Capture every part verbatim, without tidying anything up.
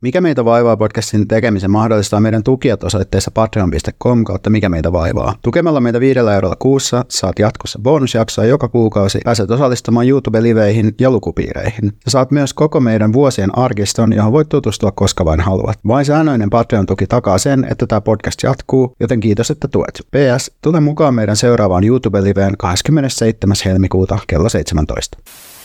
Mikä meitä vaivaa podcastin tekemisen mahdollistaa meidän tukijat osoitteessa patreon piste com kautta mikä meitä vaivaa. Tukemalla meitä viidellä eurolla kuussa saat jatkossa bonusjaksoa joka kuukausi, pääset osallistumaan YouTube-liveihin ja lukupiireihin. Ja saat myös koko meidän vuosien arkiston, johon voit tutustua koska vain haluat. Vain säännöinen Patreon-tuki takaa sen, että tämä podcast jatkuu, joten kiitos, että tuet. P S. Tule mukaan meidän seuraavaan YouTube-liveen kahdeskymmenesseitsemäs helmikuuta kello seitsemäntoista.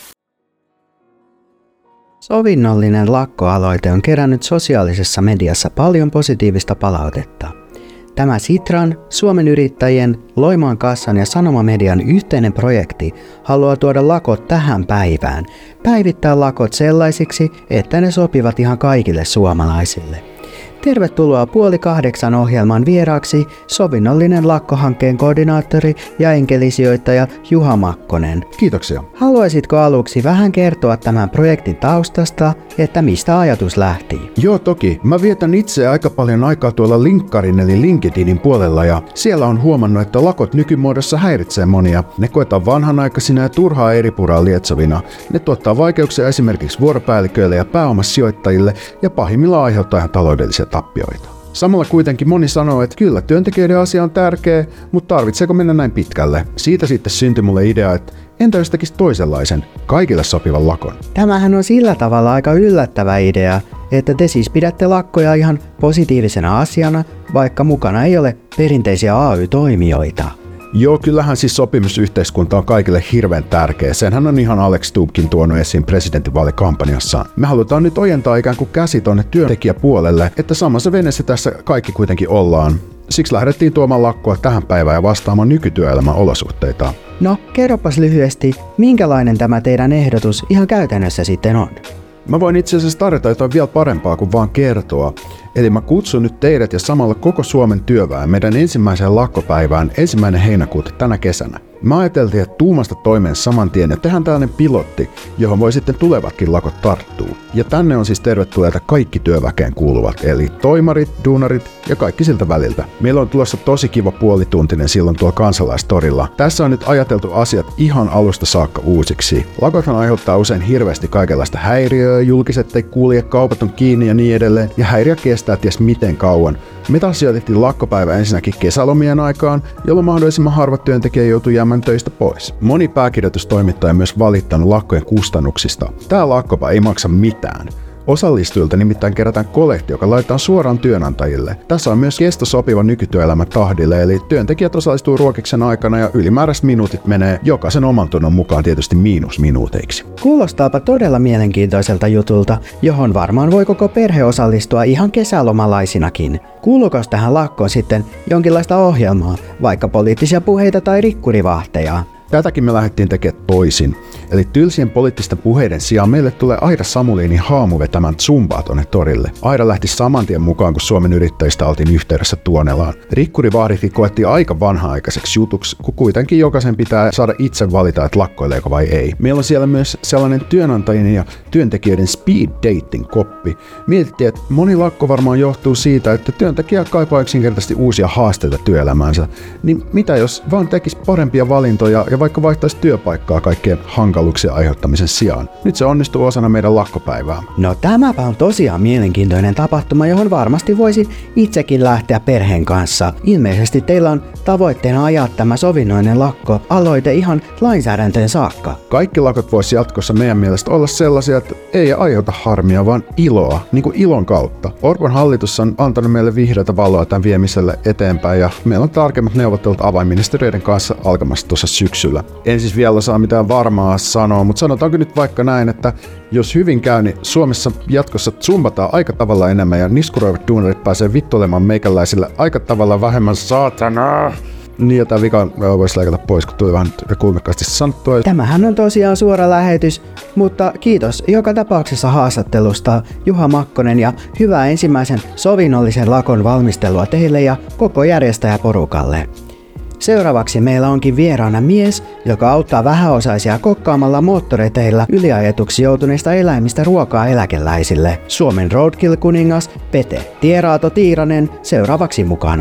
Sovinnollinen lakkoaloite on kerännyt sosiaalisessa mediassa paljon positiivista palautetta. Tämä Sitran, Suomen Yrittäjien, Loimaan kassan ja Sanomamedian yhteinen projekti haluaa tuoda lakot tähän päivään, päivittää lakot sellaisiksi, että ne sopivat ihan kaikille suomalaisille. Tervetuloa puoli kahdeksan ohjelman vieraaksi sovinnollinen lakkohankkeen koordinaattori ja enkelisijoittaja Juha Makkonen. Kiitoksia. Haluaisitko aluksi vähän kertoa tämän projektin taustasta, että mistä ajatus lähti? Joo, toki. Mä vietän itse aika paljon aikaa tuolla linkkarin eli LinkedInin puolella ja siellä on huomannut, että lakot nykymuodossa häiritsee monia. Ne koetaan vanhanaikaisina ja turhaa eripuraa lietsovina. Ne tuottaa vaikeuksia esimerkiksi vuoropäälliköille ja pääomasijoittajille ja pahimmillaan aiheuttaa ihan taloudellisia tappioita. Samalla kuitenkin moni sanoo, että kyllä työntekijöiden asia on tärkeä, mutta tarvitseeko mennä näin pitkälle? Siitä sitten syntyi mulle idea, että entä jos tekisi toisenlaisen, kaikille sopivan lakon? Tämähän on sillä tavalla aika yllättävä idea, että te siis pidätte lakkoja ihan positiivisena asiana, vaikka mukana ei ole perinteisiä A Y-toimijoita. Joo, kyllähän siis sopimusyhteiskunta on kaikille hirveän tärkeä. Senhän on ihan Alex Stubbkin tuonut esiin presidentinvaalikampanjassaan. Me halutaan nyt ojentaa ikään kuin käsi tonne työntekijäpuolelle, että samassa veneessä tässä kaikki kuitenkin ollaan. Siksi lähdettiin tuomaan lakkoa tähän päivään ja vastaamaan nykytyöelämän olosuhteita. No, kerropas lyhyesti, minkälainen tämä teidän ehdotus ihan käytännössä sitten on? Mä voin itse asiassa tarjota jotain vielä parempaa kuin vaan kertoa. Eli mä kutsun nyt teidät ja samalla koko Suomen työväen meidän ensimmäiseen lakkopäivään ensimmäinen heinäkuuta tänä kesänä. Mä ajateltiin, että tuumasta toimeen saman tien ja tehdään tällainen pilotti, johon voi sitten tulevatkin lakot tarttua. Ja tänne on siis tervetulleita kaikki työväkeen kuuluvat, eli toimarit, duunarit ja kaikki siltä väliltä. Meillä on tulossa tosi kiva puolituntinen silloin tuolla Kansalaistorilla. Tässä on nyt ajateltu asiat ihan alusta saakka uusiksi. Lakothan aiheuttaa usein hirveästi kaikenlaista häiriöä, julkiset ei kulje, kaupat on kiinni ja niin edelleen, ja häiriö kestää ties miten kauan. Me taas sijoitettiin lakkopäivä ensinnäkin kesälomien aikaan, jolloin mahdollisimman harvat työntekijä joutuu jäämään töistä pois. Moni pääkirjoitustoimittaja on myös valittanut lakkojen kustannuksista. Tää lakkopa ei maksa mitään. Osallistujilta nimittäin kerätään kolehti, joka laitetaan suoraan työnantajille. Tässä on myös kesto sopiva nykytyöelämän tahdille, eli työntekijät osallistuu ruokiksen aikana ja ylimääräiset minuutit menee jokaisen oman tunnon mukaan tietysti miinusminuuteiksi. Kuulostaapa todella mielenkiintoiselta jutulta, johon varmaan voi koko perhe osallistua ihan kesälomalaisinakin. Kuuluuko tähän lakkoon sitten jonkinlaista ohjelmaa, vaikka poliittisia puheita tai rikkurivahteja? Tätäkin me lähdettiin tekemään toisin. Eli tylsien poliittisten puheiden sijaan meille tulee Aira Samuliinin haamu vetämään zumbaa tonne torille. Aira lähti saman tien mukaan, kun Suomen Yrittäjistä oltiin yhteydessä Tuonelaan. Rikkurivahditkin koettiin aika vanha-aikaiseksi jutuksi, kun kuitenkin jokaisen pitää saada itse valita, että lakkoileeko vai ei. Meillä on siellä myös sellainen työnantajien ja työntekijöiden speed dating koppi. Mietittiin, että moni lakko varmaan johtuu siitä, että työntekijä kaipaa yksinkertaisesti uusia haasteita työelämäänsä. Niin mitä jos vaan tekisi parempia valintoja ja vaikka vaihtaisi työpaikkaa kaikkien hankaluuksien aiheuttamisen sijaan. Nyt se onnistuu osana meidän lakkopäivää. No tämäpä on tosiaan mielenkiintoinen tapahtuma, johon varmasti voisi itsekin lähteä perheen kanssa. Ilmeisesti teillä on tavoitteena ajaa tämä sovinnoinen lakko aloite ihan lainsäädäntöön saakka. Kaikki lakot voisi jatkossa meidän mielestä olla sellaisia, että ei aiheuta harmia, vaan iloa, niin kuin ilon kautta. Orpon hallitus on antanut meille vihreätä valoa tämän viemiselle eteenpäin ja meillä on tarkemmat neuvottelut avainministeriöiden kanssa alkamassa tuossa syksyllä. En siis vielä saa mitään varmaa sanoa, mutta sanotaanko nyt vaikka näin, että jos hyvin käy, niin Suomessa jatkossa zumbataan aika tavalla enemmän ja niskuroivat duunarit pääsee vittuilemaan meikäläisille aika tavalla vähemmän saatanaa. Niin, ja tämä vika voisi leikata pois, kun tuli vähän kulmekkaasti sanottua. Tämähän on tosiaan suora lähetys, mutta kiitos joka tapauksessa haastattelusta Juha Makkonen ja hyvää ensimmäisen sovinnollisen lakon valmistelua teille ja koko järjestäjäporukalle. Seuraavaksi meillä onkin vieraana mies, joka auttaa vähäosaisia kokkaamalla moottoreteillä yliajetuksi joutuneista eläimistä ruokaa eläkeläisille. Suomen roadkill-kuningas Pete Tieraato Tiiranen seuraavaksi mukana.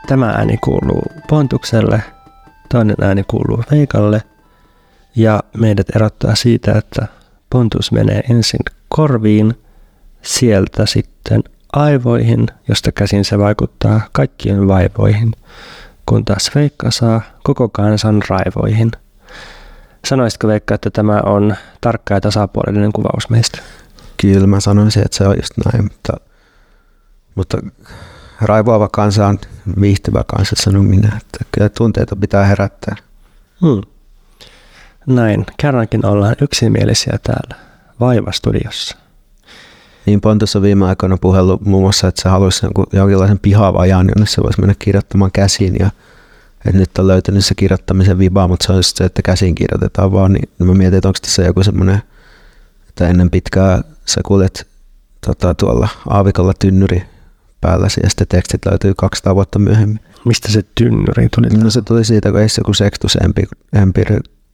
tämä ääni kuuluu Pontukselle, toinen ääni kuuluu Veikalle ja meidät erottaa siitä, että Pontus menee ensin korviin, sieltä sitten aivoihin, josta käsin se vaikuttaa kaikkien vaivoihin, kun taas Veikka saa koko kansan raivoihin. Sanoisitko Veikka, että tämä on tarkka ja tasapuolinen kuvaus meistä? Kyllä mä sanoisin, että se on just näin, mutta, mutta raivoava kansa on viihtyvä kansa, sanon minä, että kyllä tunteita pitää herättää. Hmm. Näin, kerrankin ollaan yksimielisiä täällä Vaiva-studiossa. Niin Pontus on viime aikoina puhellut muun muassa, että se haluaisi jonkinlaisen pihavajan, jonne se voisi mennä kirjoittamaan käsiin. Ja, että nyt on löytänyt se kirjoittamisen vibaa, mutta se on just se, että käsiin kirjoitetaan vaan. Niin mä mietin, että onko tässä joku semmoinen, että ennen pitkää sä kuljet tota, tuolla aavikolla tynnyri päällä ja sitten tekstit löytyy kaksisataa vuotta myöhemmin. Mistä se tynnyri tuli? No se tuli siitä, kun ei se joku Sextus Empire.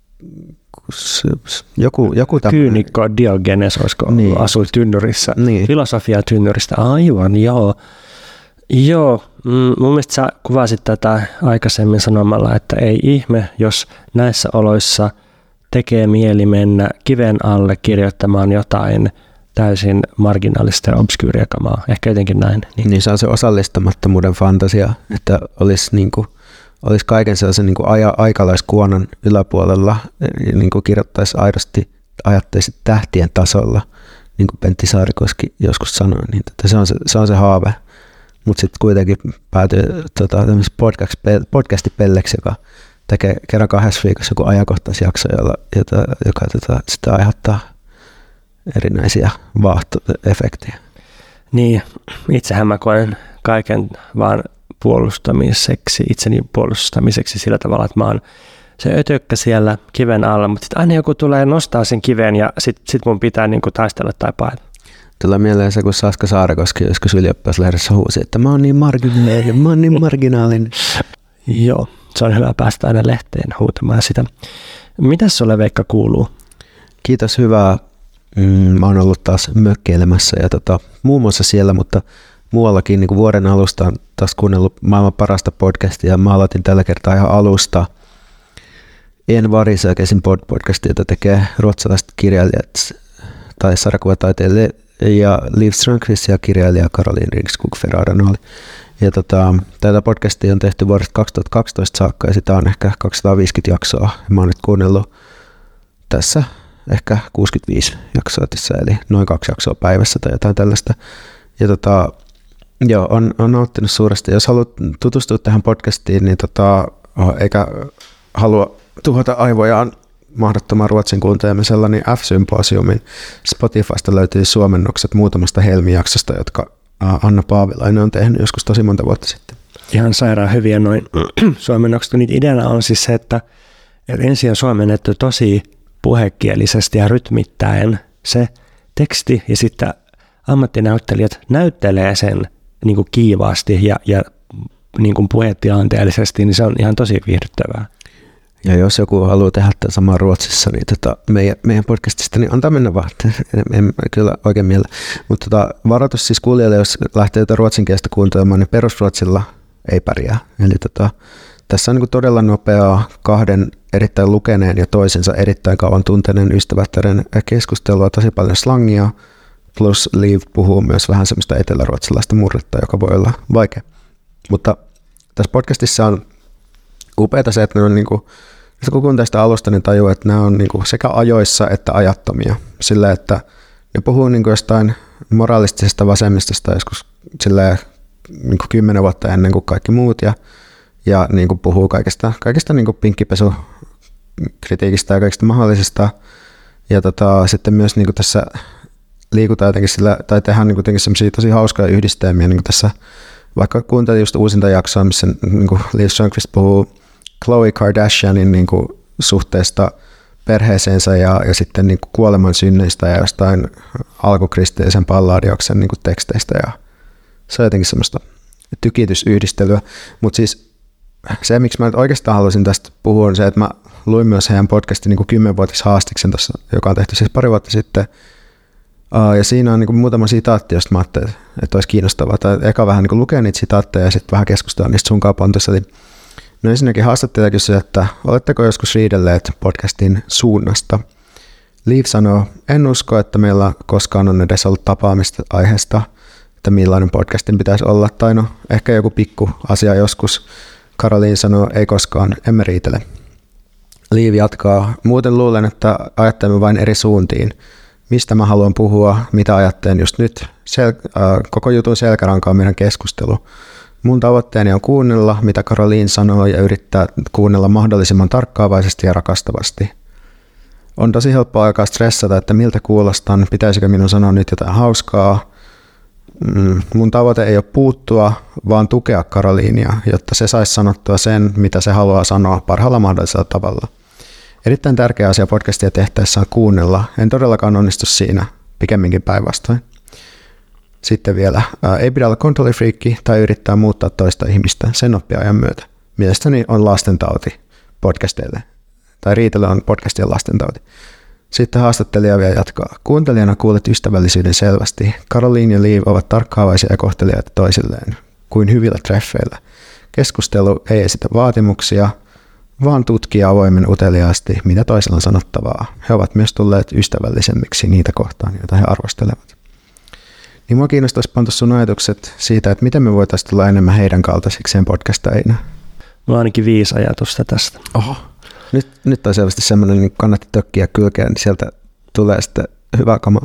Joku, joku Kyynikko Diogenes, olisiko niin. Asui tynnyrissä. Niin. Filosofia tynnyristä, aivan, joo. Joo, mun mielestä sä kuvasit tätä aikaisemmin sanomalla, että ei ihme, jos näissä oloissa tekee mieli mennä kiven alle kirjoittamaan jotain täysin marginaalista ja obskyyriä kamaa. Ehkä jotenkin näin. Niin. niin se on se osallistamattomuuden fantasia, että olisi niinku olisi kaiken sellaisen niin kuin aja, aikalaiskuonan yläpuolella, niin kuin kirjoittaisi aidosti, ajatteisi tähtien tasolla, niin kuin Pentti Saarikoski joskus sanoi, niin se on se, se, on se haave. Mutta sitten kuitenkin päätyy tota, podcast, podcastipelleksi, joka tekee kerran kahdessa viikossa joku ajankohtaisjakso, jolla, jota, joka tota, sitä aiheuttaa erinäisiä vaahtoefektejä. Niin, itsehän mä koen kaiken vaan puolustamiseksi, itseni puolustamiseksi sillä tavalla, että mä oon se ötökkä siellä kiven alla, mutta sitten aina joku tulee nostaa sen kiven ja sitten sit mun pitää niinku taistella tai paeta. Tulee mieleen se, kun Saska Saarikoski joskus ylioppilaslehdessä huusi, että mä oon niin marginaalinen, mä oon niin marginaalinen. Joo, se on hyvä päästä aina lehteen huutamaan sitä. Mitäs sulle Veikka kuuluu? Kiitos, hyvää. Mä oon ollut taas mökkeilemässä ja tota, muun muassa siellä, mutta muuallakin niin kuin vuoden alusta on taas kuunnellut maailman parasta podcastia ja mä aloitin tällä kertaa ihan alusta En Varisäkesin podcastia, jota tekee ruotsalaiset kirjailijat tai sarjakuvataiteilija ja Liv Strömquist ja kirjailija Caroline Ringskog Ferrara-Noli. Ja tota, tätä podcastia on tehty vuodesta kaksituhattakaksitoista saakka ja sitä on ehkä kaksisataaviisikymmentä jaksoa. Mä oon nyt kuunnellut tässä ehkä kuusikymmentäviisi jaksoa tässä, eli noin kaksi jaksoa päivässä tai jotain tällaista. Ja tota, joo, on, on nauttinut suuresti. Jos haluat tutustua tähän podcastiin, niin tota, eikä halua tuhota aivojaan mahdottoman ruotsin kuuntelemisella, niin F-symposiumin Spotifysta löytyy suomennokset muutamasta Helmi-jaksosta, jotka Anna Paavilainen on tehnyt joskus tosi monta vuotta sitten. Ihan sairaan hyviä noin suomennokset. Niitä ideana on siis se, että, että ensin on suomennettu tosi puhekielisesti ja rytmittäen se teksti ja sitten ammattinäyttelijät näyttelee sen niin kuin kiivaasti ja, ja niin kuin puhetilanteellisesti, niin se on ihan tosi viihdyttävää. Ja jos joku haluaa tehdä tämän samaa Ruotsissa, niin tota, meidän, meidän podcastista, niin antaa mennä vaan. En, en kyllä oikein miellä. Mutta tota, varoitus siis kuulijoille, jos lähtee jotain ruotsinkielistä kuuntelemaan, niin perusruotsilla ei pärjää. Eli tota, tässä on niin kuin todella nopeaa kahden erittäin lukeneen ja toisensa erittäin kauan tunteneen ystävättären keskustelua, tosi paljon slangia, plus Liv puhuu myös vähän semmoista eteläruotsilaista murretta, joka voi olla vaikea. Mutta tässä podcastissa on upeata se, että ne on niin kuin, kun kuuntelee sitä alusta, niin tajuu, että nämä on niin kuin sekä ajoissa että ajattomia. Sillä, että ne puhuu niin kuin jostain moraalistisesta vasemmistosta joskus silleen, niin kuin kymmenen vuotta ennen kuin kaikki muut ja, ja niin kuin puhuu kaikesta, kaikesta niin kuin pinkkipesukritiikistä ja kaikista mahdollisesta. Ja tota, sitten myös niin kuin tässä liikutaan jotenkin sillä, tai tehdään niin kuin sellaisia tosi hauskoja yhdistelmiä, niin kuin tässä vaikka kuuntelin just uusinta jaksoa, missä niin kuin Liv Strömquist puhuu Khloe Kardashianin niin kuin suhteesta perheeseensä ja, ja sitten niin kuin kuoleman synneistä ja jostain alkukristillisen palladioksen niin kuin teksteistä. Ja se on jotenkin semmoista tykitysyhdistelyä. Mutta siis se, miksi mä nyt oikeastaan haluaisin tästä puhua, on se, että mä luin myös heidän podcastin niin kuin kymmenvuotishaastiksen tuossa, joka on tehty siis pari vuotta sitten. Ja siinä on niin kuin muutama sitaatti, josta mä ajattelin, että olisi kiinnostavaa. Tai eka vähän niin kuin lukea niitä sitaatteja ja sitten vähän keskustella niistä sunkaan Pontus. Eli no ensinnäkin haastattelija kysyi, että oletteko joskus riidelleet podcastin suunnasta? Liv sanoo, en usko, että meillä koskaan on edes ollut tapaamista aiheesta, että millainen podcastin pitäisi olla. Tai no, ehkä joku pikku asia joskus. Karoliin sanoo, ei koskaan, emme riitele. Liv jatkaa, muuten luulen, että ajattelemme vain eri suuntiin. Mistä mä haluan puhua, mitä ajattelen just nyt. Sel- äh, koko jutun selkäranka on meidän keskustelu. Mun tavoitteeni on kuunnella, mitä Karoliin sanoo ja yrittää kuunnella mahdollisimman tarkkaavaisesti ja rakastavasti. On tosi helppoa aikaa stressata, että miltä kuulostan, pitäisikö minun sanoa nyt jotain hauskaa. Mm, mun tavoite ei ole puuttua, vaan tukea Karoliinia, jotta se saisi sanottua sen, mitä se haluaa sanoa parhaalla mahdollisella tavalla. Erittäin tärkeä asia podcastia tehtäessä on kuunnella. En todellakaan onnistu siinä, pikemminkin päinvastoin. Sitten vielä, ää, ei pidä olla kontrollifriikki tai yrittää muuttaa toista ihmistä sen oppiajan myötä. Mielestäni on lastentauti podcasteille, tai riitely on podcastien lastentauti. Sitten haastattelija vielä jatkaa. Kuuntelijana kuulet ystävällisyyden selvästi. Karoliin ja Liv ovat tarkkaavaisia ja kohteliaita toisilleen, kuin hyvillä treffeillä. Keskustelu ei esitä vaatimuksia, vaan tutkii avoimen uteliaasti, mitä toisella on sanottavaa. He ovat myös tulleet ystävällisemmiksi niitä kohtaan, joita he arvostelevat. Niin mua kiinnostaisi Pontus sun ajatukset siitä, että miten me voitaisiin tulla enemmän heidän kaltaisikseen podcastajina. Mulla on ainakin viisi ajatusta tästä. Oho. Nyt, nyt on selvästi semmoinen, niin kannatti tökkiä kylkeen, niin sieltä tulee sitten hyvä kama.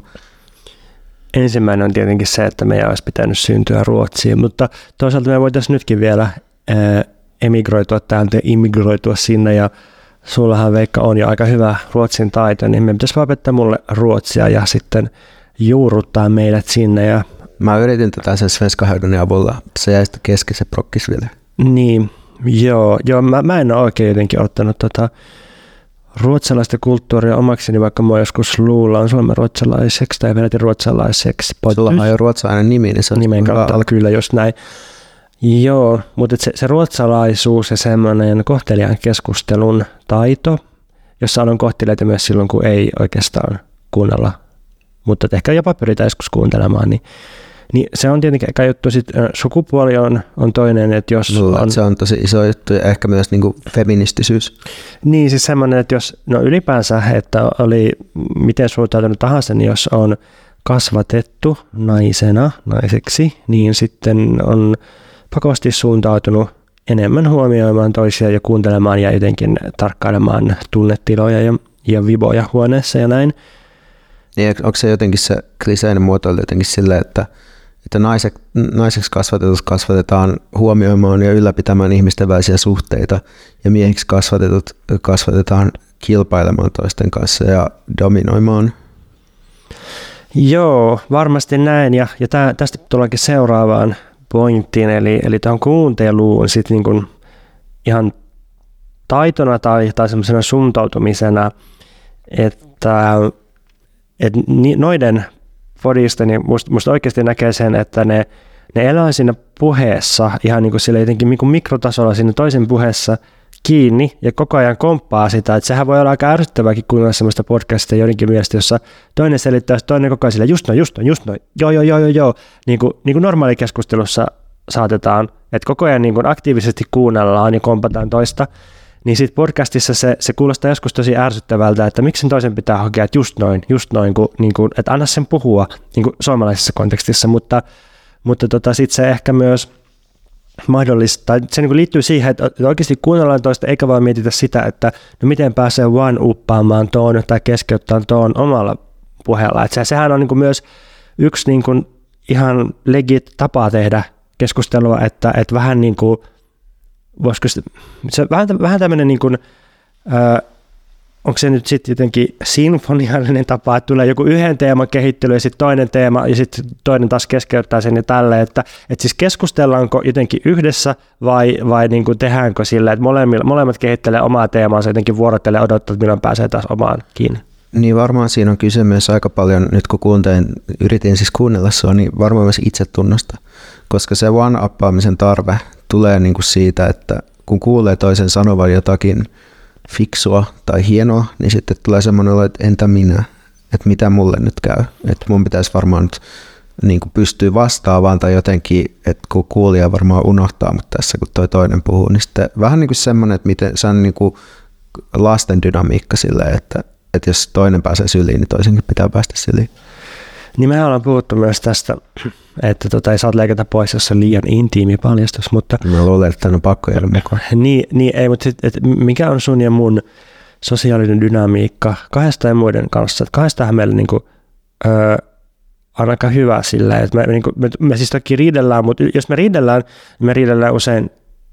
Ensimmäinen on tietenkin se, että meidän olisi pitänyt syntyä Ruotsiin, mutta toisaalta me voitaisiin nytkin vielä ää, emigroitua täältä ja immigroitua sinne, ja sullahan Veikka on jo aika hyvä ruotsin taito, niin me pitäisi vaan opettaa mulle ruotsia ja sitten juurruttaa meidät sinne. Ja mä yritin tätä sen svenskahöydyn avulla, se jäi sitten kesken se prokkis vielä. Niin, joo, joo mä, mä en ole oikein jotenkin ottanut tota ruotsalaista kulttuuria omakseni, vaikka mä joskus luullaan suomen ruotsalaiseksi tai venetin ruotsalaiseksi. Sulla on jo ruotsalainen nimi, niin se on nimen kautta al- kyllä just näin. Joo, mutta se, se ruotsalaisuus ja semmoinen kohtelijan keskustelun taito, jossa on kohtelijoita myös silloin, kun ei oikeastaan kuunnella, mutta ehkä jopa pyritään joskus kuuntelemaan, niin, niin se on tietenkin eka juttu. Sitten sukupuoli on, on toinen, että jos Luulen, on... se on tosi iso juttu ja ehkä myös niin kuin feministisyys. Niin, siis semmoinen, että jos, no ylipäänsä, että oli miten suuntautunut tahansa, niin jos on kasvatettu naisena, naiseksi, niin sitten on pakosti suuntautunut enemmän huomioimaan toisia ja kuuntelemaan ja jotenkin tarkkailemaan tunnetiloja ja, ja viboja huoneessa ja näin. Niin, onko se jotenkin se kliseinen muotoilu jotenkin silleen, että, että naiseksi, naiseksi kasvatetut kasvatetaan huomioimaan ja ylläpitämään ihmisten välisiä suhteita ja miehiksi kasvatetut kasvatetaan kilpailemaan toisten kanssa ja dominoimaan? Joo, varmasti näin ja, ja tää, tästä tullaankin seuraavaan pointtiin, eli, eli tuohon kuunteluun sit niin kuin ihan taitona tai, tai semmoisena suuntautumisena, että, että noiden podista niin musta, musta oikeasti näkee sen, että ne, ne elää siinä puheessa ihan niin kuin sille jotenkin niin kuin mikrotasolla siinä toisen puheessa kiinni ja koko ajan komppaa sitä, että sehän voi olla aika ärsyttävääkin kuunnella semmoista podcastia joidenkin mielestä, jossa toinen selittää, toinen koko ajan sille just noin, just noin, just noin, joo, joo, joo, joo, joo, niin kuin, niin kuin normaalikeskustelussa saatetaan, että koko ajan niin kuin aktiivisesti kuunnellaan ja kompataan toista, niin sitten podcastissa se, se kuulostaa joskus tosi ärsyttävältä, että miksi sen toisen pitää hakea, että just noin, just noin, kun, niin kuin, että anna sen puhua niin kuin suomalaisessa kontekstissa, mutta, mutta tota, sitten se ehkä myös mahdollista, tai se niin liittyy siihen, että oikeasti kuunnellaan toista, eikä vaan mietitä sitä, että no miten pääsee one-uppaamaan tuon tai keskeyttämään tuon omalla puheella. Että se, sehän on niin myös yksi niin kuin ihan legit tapa tehdä keskustelua, että, että vähän niin kuin, voisiko se vähän, vähän tämmöinen niin kuin, ää, onko se nyt sitten jotenkin sinfoniallinen tapa, että tulee joku yhden teeman kehittely ja sitten toinen teema ja sitten toinen taas keskeyttää sen ja tälle, että, että siis keskustellaanko jotenkin yhdessä vai, vai niin kuin tehdäänkö sillä, että molemmat, molemmat kehittelee omaa teemaansa jotenkin vuorottelee odottaa, että milloin pääsee taas omaan kiinni. Niin varmaan siinä on kyse myös aika paljon, nyt kun kuuntelin, yritin siis kuunnella sua, niin varmaan myös itsetunnosta, koska se one-uppaamisen tarve tulee niin kuin siitä, että kun kuulee toisen sanovan jotakin fiksua tai hienoa, niin sitten tulee semmoinen olo, että entä minä? että mitä mulle nyt käy. Että mun pitäisi varmaan nyt niin kuin pystyy vastaamaan tai jotenkin, että kun kuulija varmaan unohtaa mut tässä, kun toi toinen puhuu, niin sitten vähän niin kuin semmoinen, että miten se on niin kuin lasten dynamiikka silleen, että, että jos toinen pääsee syliin, niin toisenkin pitää päästä syliin. Niin me ollaan puhuttu myös tästä, että tota, ei saa leikata pois, jos on liian intiimi paljastus, mutta... Mä luulen, että tämän on pakko jäädä mukaan. Niin, niin ei, mutta sit, et mikä on sun ja mun sosiaalinen dynamiikka kahdesta ja muiden kanssa? Että kahdestahan meillä niinku, öö, on aika hyvä sillä, että me, niinku, me, me siis toki riidellään, mutta jos me riidellään, niin me riidellään usein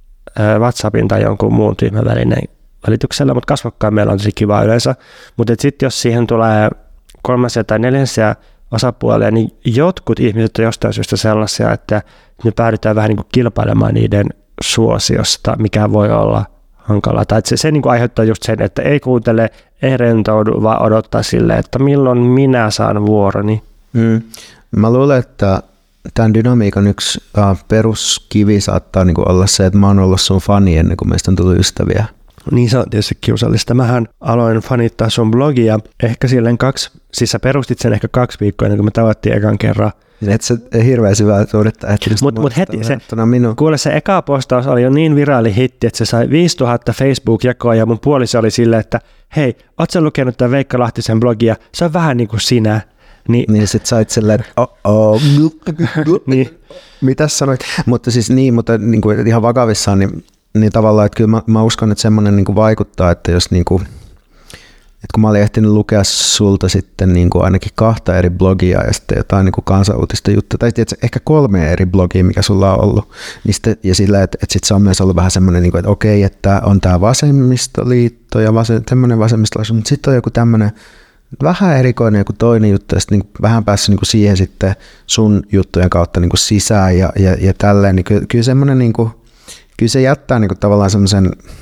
öö, WhatsAppin tai jonkun muun tyhmän välineen välityksellä, mutta kasvokkaan meillä on tosi kiva yleensä. Mutta sitten jos siihen tulee kolmasia tai neljänsiä osapuolia, niin jotkut ihmiset on jostain syystä sellaisia, että me päädytään vähän niin kuin kilpailemaan niiden suosiosta, mikä voi olla hankalaa. Tai se, se niin kuin aiheuttaa just sen, että ei kuuntele, ei rentoudu, vaan odottaa silleen, että milloin minä saan vuoroni. Mm. Mä luulen, että tämän dynamiikan yksi uh, peruskivi saattaa niin kuin olla se, että mä oon ollut sun fani ennen kuin meistä on tullut ystäviä. Niin se on tietysti kiusallista. Mähän aloin fanittaa sun blogia ehkä silleen kaksi, siis sä perustit sen ehkä kaksi viikkoa ennen kuin me tavattiin ekan kerran. Et se hirveän syvää suhdetta. Mutta mut heti se, kuule se eka postaus oli jo niin viraali hitti, että se sai viisituhatta Facebook-jakoa ja mun puoliso oli silleen, että hei, oot sä lukenut tämän Veikka Lahtisen blogia? Se on vähän niin kuin sinä. Niin, niin sit sait silleen, oh-oh, niin. Mitäs sanoit? Mutta siis niin, mutta niin kuin ihan vakavissaan, niin niin tavallaan, että kyllä mä, mä uskon, että semmoinen niin kuin vaikuttaa, että jos niin kuin, että kun mä olin ehtinyt lukea sulta sitten niin kuin ainakin kahta eri blogia ja sitten jotain niin kuin kansanuutista juttua, tai tiedätkö, ehkä kolme eri blogia, mikä sulla on ollut, niin sitten, ja sillä, että, että sitten se on myös ollut vähän semmoinen, niin kuin, että okei, että on tämä vasemmistoliitto ja vasem, tämmöinen vasemmistolaisuus, mutta sitten on joku tämmöinen vähän erikoinen joku toinen juttu, ja sitten niin vähän päässyt niin kuin siihen sitten sun juttujen kautta niin kuin sisään ja, ja, ja tälleen, niin kyllä, kyllä semmoinen niin kuin Kyllä se jättää niinku tavallaan semmoisen,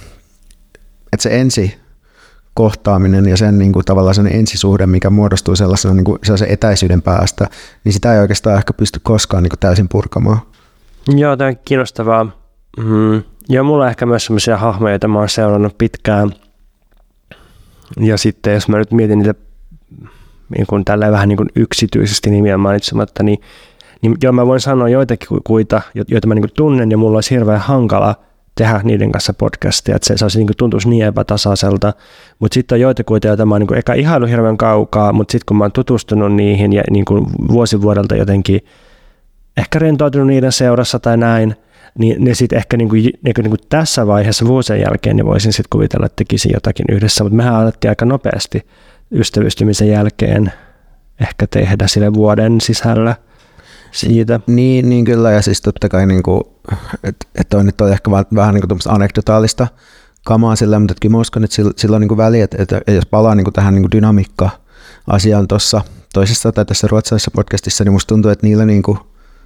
että se ensi kohtaaminen ja sen niinku tavallaan sen ensisuhde, mikä muodostuu sellaisena niinku sellaisen etäisyyden päästä, niin sitä ei oikeastaan ehkä pysty koskaan niinku täysin purkamaan. Joo, tämä on kiinnostavaa. Mm. Ja mulla on ehkä myös sellaisia hahmoja, joita mä oon seurannut pitkään. Ja sitten jos mä nyt mietin niitä niin kuin tälleen vähän niin kuin yksityisesti nimiä mainitsematta, niin Niin joo, mä voin sanoa joitakin kuita, joita mä niin kuin tunnen, ja mulla olisi hirveän hankala tehdä niiden kanssa podcastia, että se, se niin kuin tuntuisi niin epätasaiselta. Mutta sitten on joitakuita, joita mä oon niin kuin eka ihailu hirveän kaukaa, mutta sitten kun mä oon tutustunut niihin ja niin kuin vuosi vuodelta jotenkin ehkä rentoutunut niiden seurassa tai näin, niin ne sitten ehkä niin kuin, niin kuin, niin kuin tässä vaiheessa vuosien jälkeen niin voisin sitten kuvitella, että tekisin jotakin yhdessä, mutta mehän alettiin aika nopeasti ystävystymisen jälkeen ehkä tehdä sille vuoden sisällä. Siitä. Niin, niin kyllä, ja siis totta kai, niin että et toi nyt on ehkä vähän, vähän niin kuin anekdotaalista kamaa sillä, mutta kyllä mä uskon, että sillä, sillä on niin kuin väliä, että, että jos palaa niin kuin tähän niin kuin dynamiikka-asiaan tuossa toisessa tai tässä ruotsalaisessa podcastissa, niin musta tuntuu, että niillä niin kuin,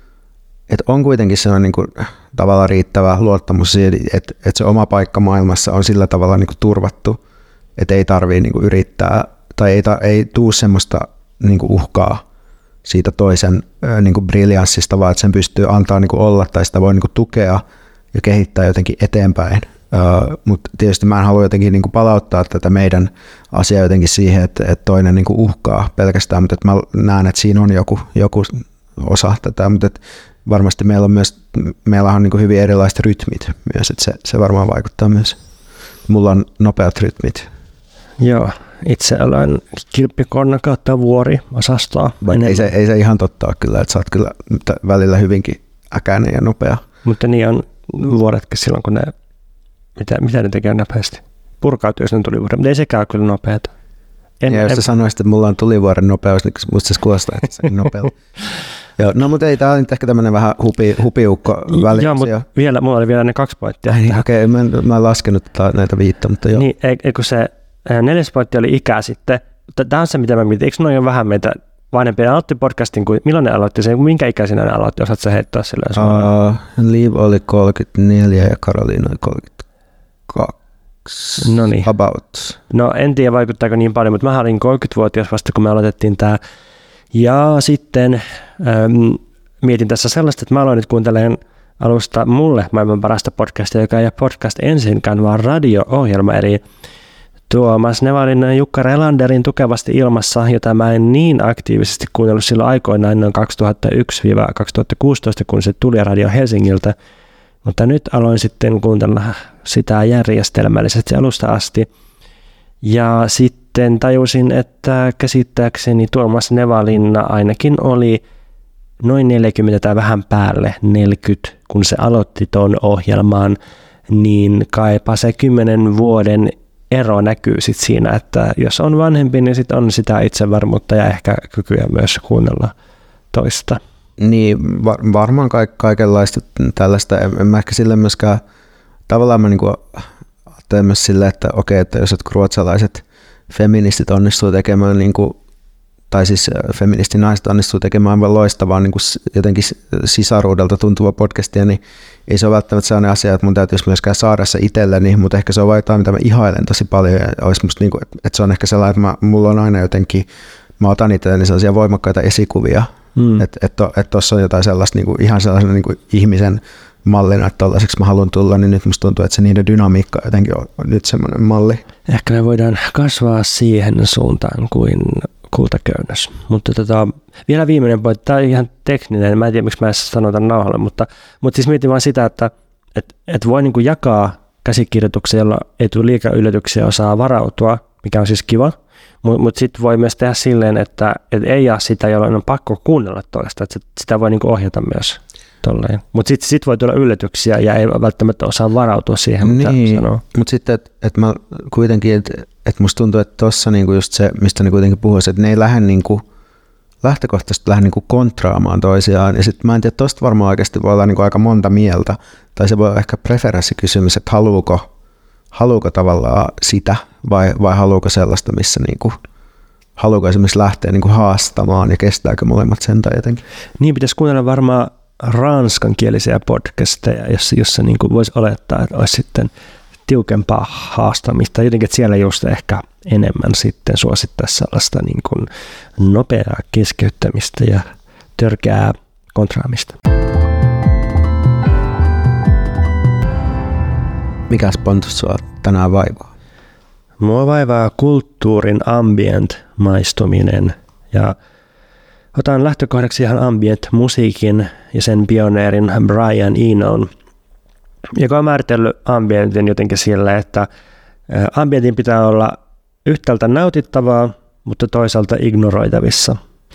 että on kuitenkin sellainen niin kuin tavallaan riittävä luottamus siihen, että, että se oma paikka maailmassa on sillä tavalla niin kuin turvattu, että ei tarvitse niin kuin yrittää, tai ei, ei tule semmoista niin kuin uhkaa siitä toisen niin kuin briljanssista, vaan että sen pystyy antaa niin kuin olla tai sitä voi niin kuin tukea ja kehittää jotenkin eteenpäin. Uh, mutta tietysti mä en halua jotenkin niin kuin palauttaa tätä meidän asiaa jotenkin siihen, että, että toinen niin kuin uhkaa pelkästään, mutta että mä näen, että siinä on joku, joku osa tätä, mutta että varmasti meillä on myös, meillä on niin kuin hyvin erilaiset rytmit myös, että se, se varmaan vaikuttaa myös. Mulla on nopeat rytmit. Joo. Itse olen kilppikonna kautta vuori-osastoa. Ei se, ei se ihan totta ole kyllä, että sä oot kyllä välillä hyvinkin äkäinen ja nopea. Mutta niin on vuoretkin silloin, kun ne, mitä, mitä ne tekee nopeasti. Purkautuu, jos ne tulivuoret, mutta ei sekään kyllä nopeata. En, ja jos sä sanoisit, että mulla on tulivuoren nopeus, niin musta se kuulostaa, että se on nopealla. Joo, no mutta ei, tää on nyt ehkä tämmönen vähän hupi, hupiukko väli. Joo, mutta vielä, mulla oli vielä ne kaksi pointtia. Niin, okei, okay, mä, mä en laskenut näitä viittä, mutta joo. Niin, eikö se neljäs pointti oli ikä sitten. Tämä on se, mitä mä mietin. Eikö noin vähän meitä vanhempia aloitti podcastin, kuin, milloin ne aloitti sen, minkä ikäisenä ne aloitti, osaatko sä heittää silleen? Uh, Liv oli kolmekymmentäneljä ja Karoliina oli kolmekymmentäkaksi. No niin. About. No en tiedä vaikuttaako niin paljon, mutta mä olin kolmekymmentävuotias vasta, kun me aloitettiin tämä. Ja sitten ähm, mietin tässä sellaista, että mä aloin nyt kuuntelemaan alusta mulle maailman parasta podcastia, joka ei ole podcast ensinkään, vaan radio-ohjelma. Eli Tuomas Nevalin Jukka Relanderin Tukevasti ilmassa, jota mä en niin aktiivisesti kuunnellut silloin aikoinaan noin kaksituhattayksi kaksituhattakuusitoista, kun se tuli Radio Helsingiltä. Mutta nyt aloin sitten kuuntella sitä järjestelmällisesti alusta asti. Ja sitten tajusin, että käsittääkseni Tuomas Nevalinna ainakin oli noin neljäkymmentä tai vähän päälle neljäkymmentä, kun se aloitti tuon ohjelman, niin kaipa se kymmenen vuoden ero näkyy sit siinä, että jos on vanhempi, niin sit on sitä itsevarmuutta ja ehkä kykyä myös kuunnella toista. Niin, var- varmaan ka- kaikenlaista tällaista. En, en mä ehkä sille myöskään, tavallaan mä niinku ajattelen myös silleen, että okei, että jos ruotsalaiset feministit onnistuu tekemään, niinku, tai siis feministinaiset onnistuu tekemään aivan loistavaa niinku jotenkin sisaruudelta tuntuva podcastia, niin ei se ole välttämättä sellainen asia, että mun täytyisi myöskään saada se itselleni, mutta ehkä se on vain jotain, mitä mä ihailen tosi paljon. Ja olisi musta niinku, että se on ehkä sellainen, että mä, mulla on aina jotenkin, mä otan itselleni sellaisia voimakkaita esikuvia, mm. että et, et tuossa on jotain sellaista niinku, ihan sellaisen niinku ihmisen mallina, että tollaiseksi mä haluan tulla, niin nyt musta tuntuu, että se niiden dynamiikka jotenkin on nyt semmoinen malli. Ehkä me voidaan kasvaa siihen suuntaan kuin kultaköynnös. Mutta tota, vielä viimeinen pointti, tämä on ihan tekninen, mä en tiedä miksi mä edes sanon tämän nauhalle, mutta, mutta siis mietin vaan sitä, että et, et voi niinku jakaa käsikirjoituksia, jolla ei tule liikaa yllätyksiä, osaa varautua, mikä on siis kiva, mutta mut sitten voi myös tehdä silleen, että et ei jaa sitä, jolloin on pakko kuunnella toista, että sitä voi niinku ohjata myös. Mutta sitten sit voi tulla yllätyksiä ja ei välttämättä osaa varautua siihen, mitä niin, sanoo. Mutta sitten, että et mä kuitenkin, että et musta tuntuu, että tuossa niinku just se, mistä ne kuitenkin puhuisi, että ne ei lähde niinku, lähtökohtaisesti lähde niinku kontraamaan toisiaan. Ja sitten mä en tiedä, tuosta varmaan oikeasti voi olla niinku aika monta mieltä. Tai se voi olla ehkä preferenssikysymys, että haluuko, haluuko tavallaan sitä vai, vai haluuko sellaista, missä niinku, haluuko esimerkiksi lähteä niinku haastamaan ja kestääkö molemmat sen tai jotenkin. Niin pitäisi kuunnella varmaan ranskankielisiä podcasteja, jossa, jossa niin kuin voisi olettaa, että olisi sitten tiukempaa haastamista. Jotenkin, että siellä just ehkä enemmän sitten suosittaisi sellaista niin kuin nopeaa keskeyttämistä ja törkeää kontraamista. Mikäs Pontus sua tänään vaivaa? Mua vaivaa kulttuurin ambient-maistuminen ja otan lähtökohdaksi ihan ambient-musiikin ja sen pioneerin Brian Enon, joka on määritellyt ambientin jotenkin sillä, että ambientin pitää olla yhtäältä nautittavaa, mutta toisaalta ignoroitavissa.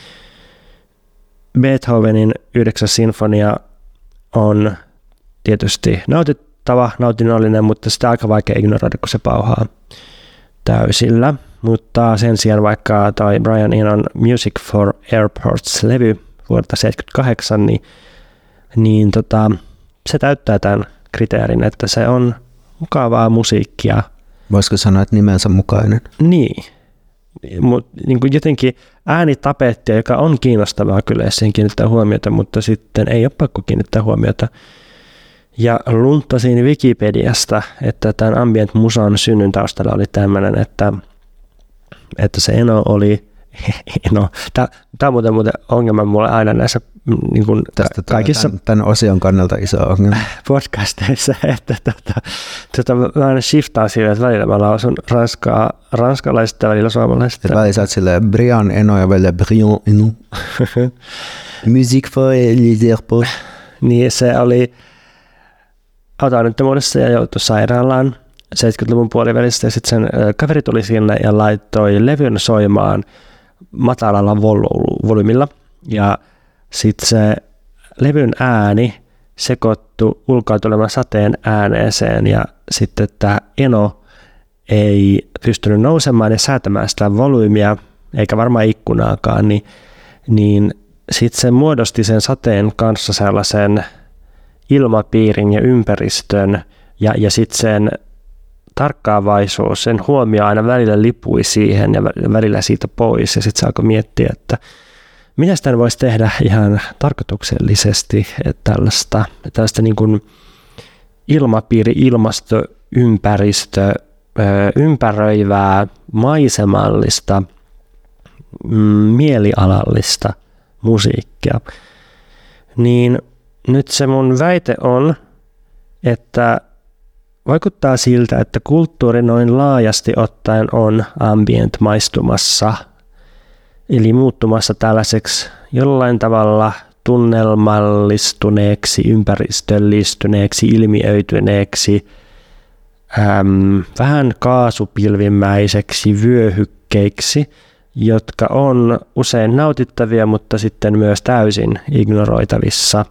Beethovenin yhdeksäs sinfonia on tietysti nautittava, nautinnollinen, mutta sitä on aika vaikea ignoroida, kun se pauhaa täysillä. Mutta sen sijaan vaikka toi Brian Enon Music for Airports-levy vuodelta seitsemänkymmentäkahdeksan, niin, niin tota, se täyttää tämän kriteerin, että se on mukavaa musiikkia. Voisiko sanoa, että nimensä mukainen? Niin, mutta niin jotenkin äänitapettia, joka on kiinnostavaa kyllä, jos siihen kiinnittää huomiota, mutta sitten ei ole pakko kiinnittää huomiota. Ja lunttasin Wikipediasta, että tämän ambient musan synnyn taustalla oli tämmöinen, että että se Eno oli, Eno, tämä on muuten, muuten ongelma mulle aina näissä niin kuin Tästä kaikissa tämän, tämän osion kannalta iso ongelma. podcasteissa, että tota, tota, mä aina shiftaan sille, että välillä mä lausun ranskaa, ranskalaisista ja välillä suomalaisista. Välillä sä oot silleen Brian Eno ja välillä Brian Eno. Music for les airports. Niin se oli auto-onnettomuudessa ja joutui sairaalaan seitsemänkymmentäluvun puolivälissä, ja sitten sen kaveri tuli sinne ja laittoi levyn soimaan matalalla vol- volyymilla, ja sitten se levyn ääni sekoittui ulkoa tulevan sateen ääneeseen, ja sitten tämä Eno ei pystynyt nousemaan ja säätämään sitä volyymia, eikä varmaan ikkunaakaan, niin, niin sitten se muodosti sen sateen kanssa sellaisen ilmapiirin ja ympäristön, ja, ja sitten sen tarkkaavaisuus, sen huomio aina välillä lipui siihen ja välillä siitä pois, ja sitten se alkoi miettiä, että mitä sitä voisi tehdä ihan tarkoituksellisesti, että tällaista, tällaista niin kuin ilmapiiri, ilmasto, ympäristö, ympäröivää, maisemallista, mielialallista musiikkia. Niin nyt se mun väite on, että vaikuttaa siltä, että kulttuuri noin laajasti ottaen on ambient-maistumassa, eli muuttumassa tällaiseksi jollain tavalla tunnelmallistuneeksi, ympäristöllistyneeksi, ilmiöityneeksi, äm, vähän kaasupilvimäiseksi vyöhykkeiksi, jotka on usein nautittavia, mutta sitten myös täysin ignoroitavissa.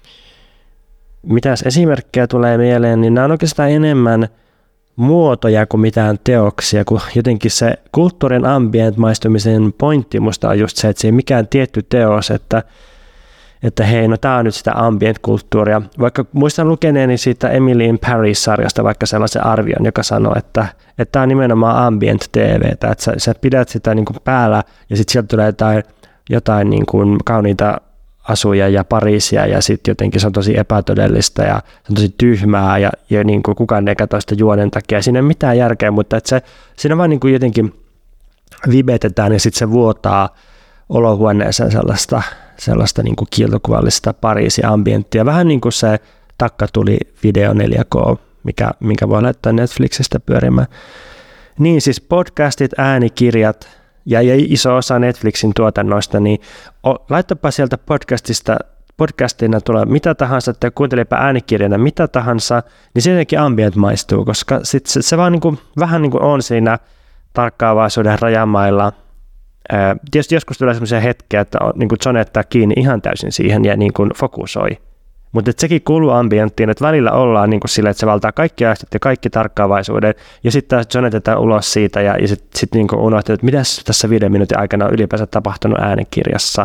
Mitäs esimerkkejä tulee mieleen, niin nämä on oikeastaan enemmän muotoja kuin mitään teoksia, kun jotenkin se kulttuurin ambient-maistumisen pointti musta on just se, että se ei mikään tietty teos, että, että hei, no tää on nyt sitä ambient-kulttuuria. Vaikka muistan lukeneeni siitä Emily in Paris-sarjasta vaikka sellaisen arvion, joka sanoo, että että tää on nimenomaan ambient-T V:tä, että sä, sä pidät sitä niin kuin päällä ja sitten sieltä tulee jotain, jotain niin kuin kauniita asuja ja Pariisia ja sitten jotenkin se on tosi epätodellista ja se on tosi tyhmää ja, ja niin kuin kukaan ei katso sitä juonen takia. Siinä ei ole mitään järkeä, mutta että se, siinä vaan niin kuin jotenkin vibetetään ja sitten se vuotaa olohuoneeseen sellaista, sellaista niin kuin kiiltokuvallista Pariisia ambienttia. Vähän niin kuin se takka tuli video neljä K, mikä, mikä voi laittaa Netflixistä pyörimään. Niin siis podcastit, äänikirjat ja, ja iso osa Netflixin tuotannoista, niin o, laittapa sieltä podcastista, podcastina tulee mitä tahansa, että kuuntelepa äänikirjana mitä tahansa, niin se jotenkin ambient maistuu, koska sit se, se vaan niin kuin, vähän niin kuin on siinä tarkkaavaisuuden rajamailla. Ää, tietysti joskus tulee sellaisia hetkiä, että on, niin kuin John jättää kiinni ihan täysin siihen ja niin kuin fokusoi. Mutta sekin kuuluu ambienttiin, että välillä ollaan niin kuin sille, että se valtaa kaikki aistit ja kaikki tarkkaavaisuuden, ja sitten taas jonetetaan ulos siitä, ja, ja sitten sit niin unohtaa, että mitä tässä viiden minuutin aikana on ylipäänsä tapahtunut äänikirjassa.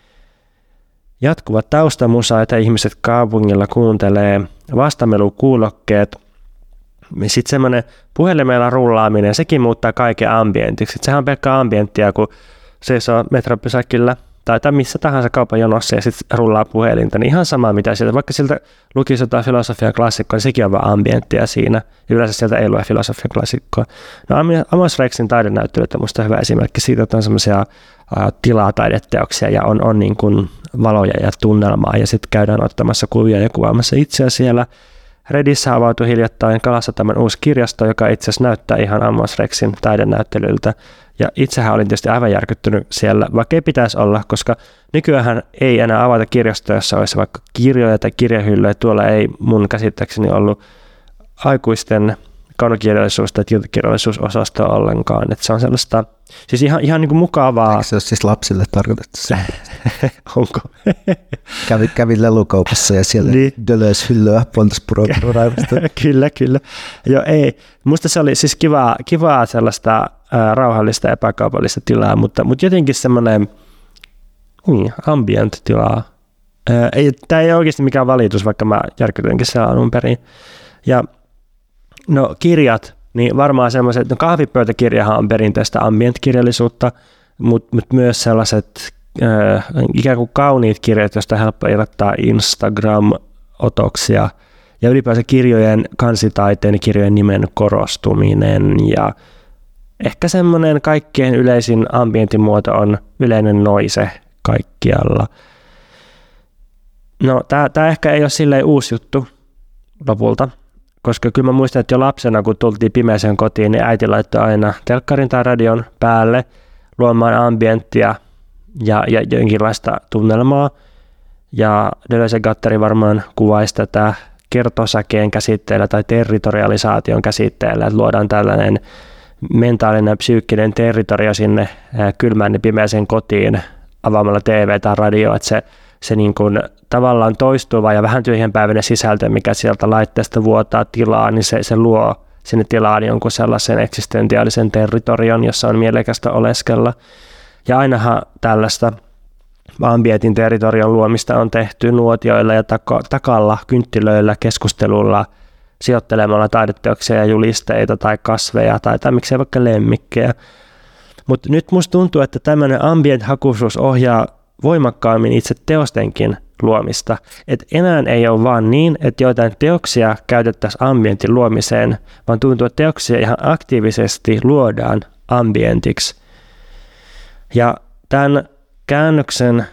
Jatkuvat taustamusa, että ihmiset kaupungilla kuuntelee, vastamelukuulokkeet, sitten semmoinen puhelimella rullaaminen, sekin muuttaa kaiken ambientiksi. Sehän on pelkkää ambienttia, kun seisoo metropysäkillä tai, tai missä tahansa kaupan jonossa ja sitten rullaa puhelinta, niin ihan sama mitä sieltä, vaikka sieltä lukisi jotain filosofian klassikkoa, niin sekin on vaan ambienttia siinä, ja yleensä sieltä ei lue filosofian klassikkoa. No Amos Rexin taidenäyttelyt on musta hyvä esimerkki siitä, että on semmoisia tilataideteoksia ja on, on niin kuin valoja ja tunnelmaa, ja sitten käydään ottamassa kuvia ja kuvaamassa itseä siellä. Redissä avautui hiljattain Kalassataman uusi kirjasto, joka itse asiassa näyttää ihan Amos Rexin taidenäyttelyltä. Ja itsehän olin tietysti aivan järkyttynyt siellä, vaikka ei pitäisi olla, koska nykyään ei enää avata kirjastoja, jossa olisi vaikka kirjoja tai kirjahyllyjä. Tuolla ei mun käsittääkseni ollut aikuisten kaunokirjallisuus- tai tiltakirjallisuusosastoa ollenkaan. Että se on sellaista, siis ihan, ihan niin kuin mukavaa. Eikö se ole siis lapsille tarkoitettu? Onko? Kävin, kävin lelukaupassa ja siellä niin. Dölös hyllyä Pontaspuro-raivasta. Kyllä, kyllä. Joo, ei. Musta se oli siis kivaa, kivaa sellaista ää, rauhallista epäkaupallista tilaa, mutta, mutta jotenkin semmoinen niin, ambient-tilaa. Ää, ei, tämä ei ole oikeasti mikään valitus, vaikka mä järkytyinkin siellä alun perin. Ja no kirjat, niin varmaan semmoiset, no kahvipöytäkirjahan on perinteistä ambient-kirjallisuutta, mutta mut myös sellaiset äh, ikään kuin kauniit kirjat, joista on helppo irrottaa Instagram-otoksia ja ylipäänsä kirjojen kansitaiteen ja kirjojen nimen korostuminen ja ehkä semmoinen kaikkein yleisin ambientin muoto on yleinen noise kaikkialla. No tää ehkä ei ole silleen uusi juttu lopulta. Koska kyllä mä muistan, että jo lapsena, kun tultiin pimeäseen kotiin, niin äiti laittoi aina telkkarin tai radion päälle luomaan ambienttia ja, ja jonkinlaista tunnelmaa. Ja Deleuze ja Guattari varmaan kuvaisi tätä kertosäkeen käsitteellä tai territorialisaation käsitteellä, että luodaan tällainen mentaalinen ja psyykkinen territorio sinne kylmään ja pimeäseen kotiin avaamalla T V tai radio, että se se niin kuin tavallaan toistuva ja vähän tyhjänpäiväinen sisältö, mikä sieltä laitteesta vuotaa tilaa, niin se, se luo sinne tilaan jonkun sellaisen eksistentiaalisen territorion, jossa on mielekästä oleskella. Ja ainahan tällaista ambientin territorion luomista on tehty nuotioilla ja taka, takalla, kynttilöillä, keskustelulla, sijoittelemalla taideteoksia ja julisteita tai kasveja tai, tai miksei vaikka lemmikkejä. Mutta nyt musta tuntuu, että tämmöinen ambient-hakuisuus ohjaa voimakkaammin itse teostenkin luomista. Et enää ei ole vaan niin, että joitain teoksia käytettäisiin ambientin luomiseen, vaan tuntuu, että teoksia ihan aktiivisesti luodaan ambientiksi. Ja tämän käännöksen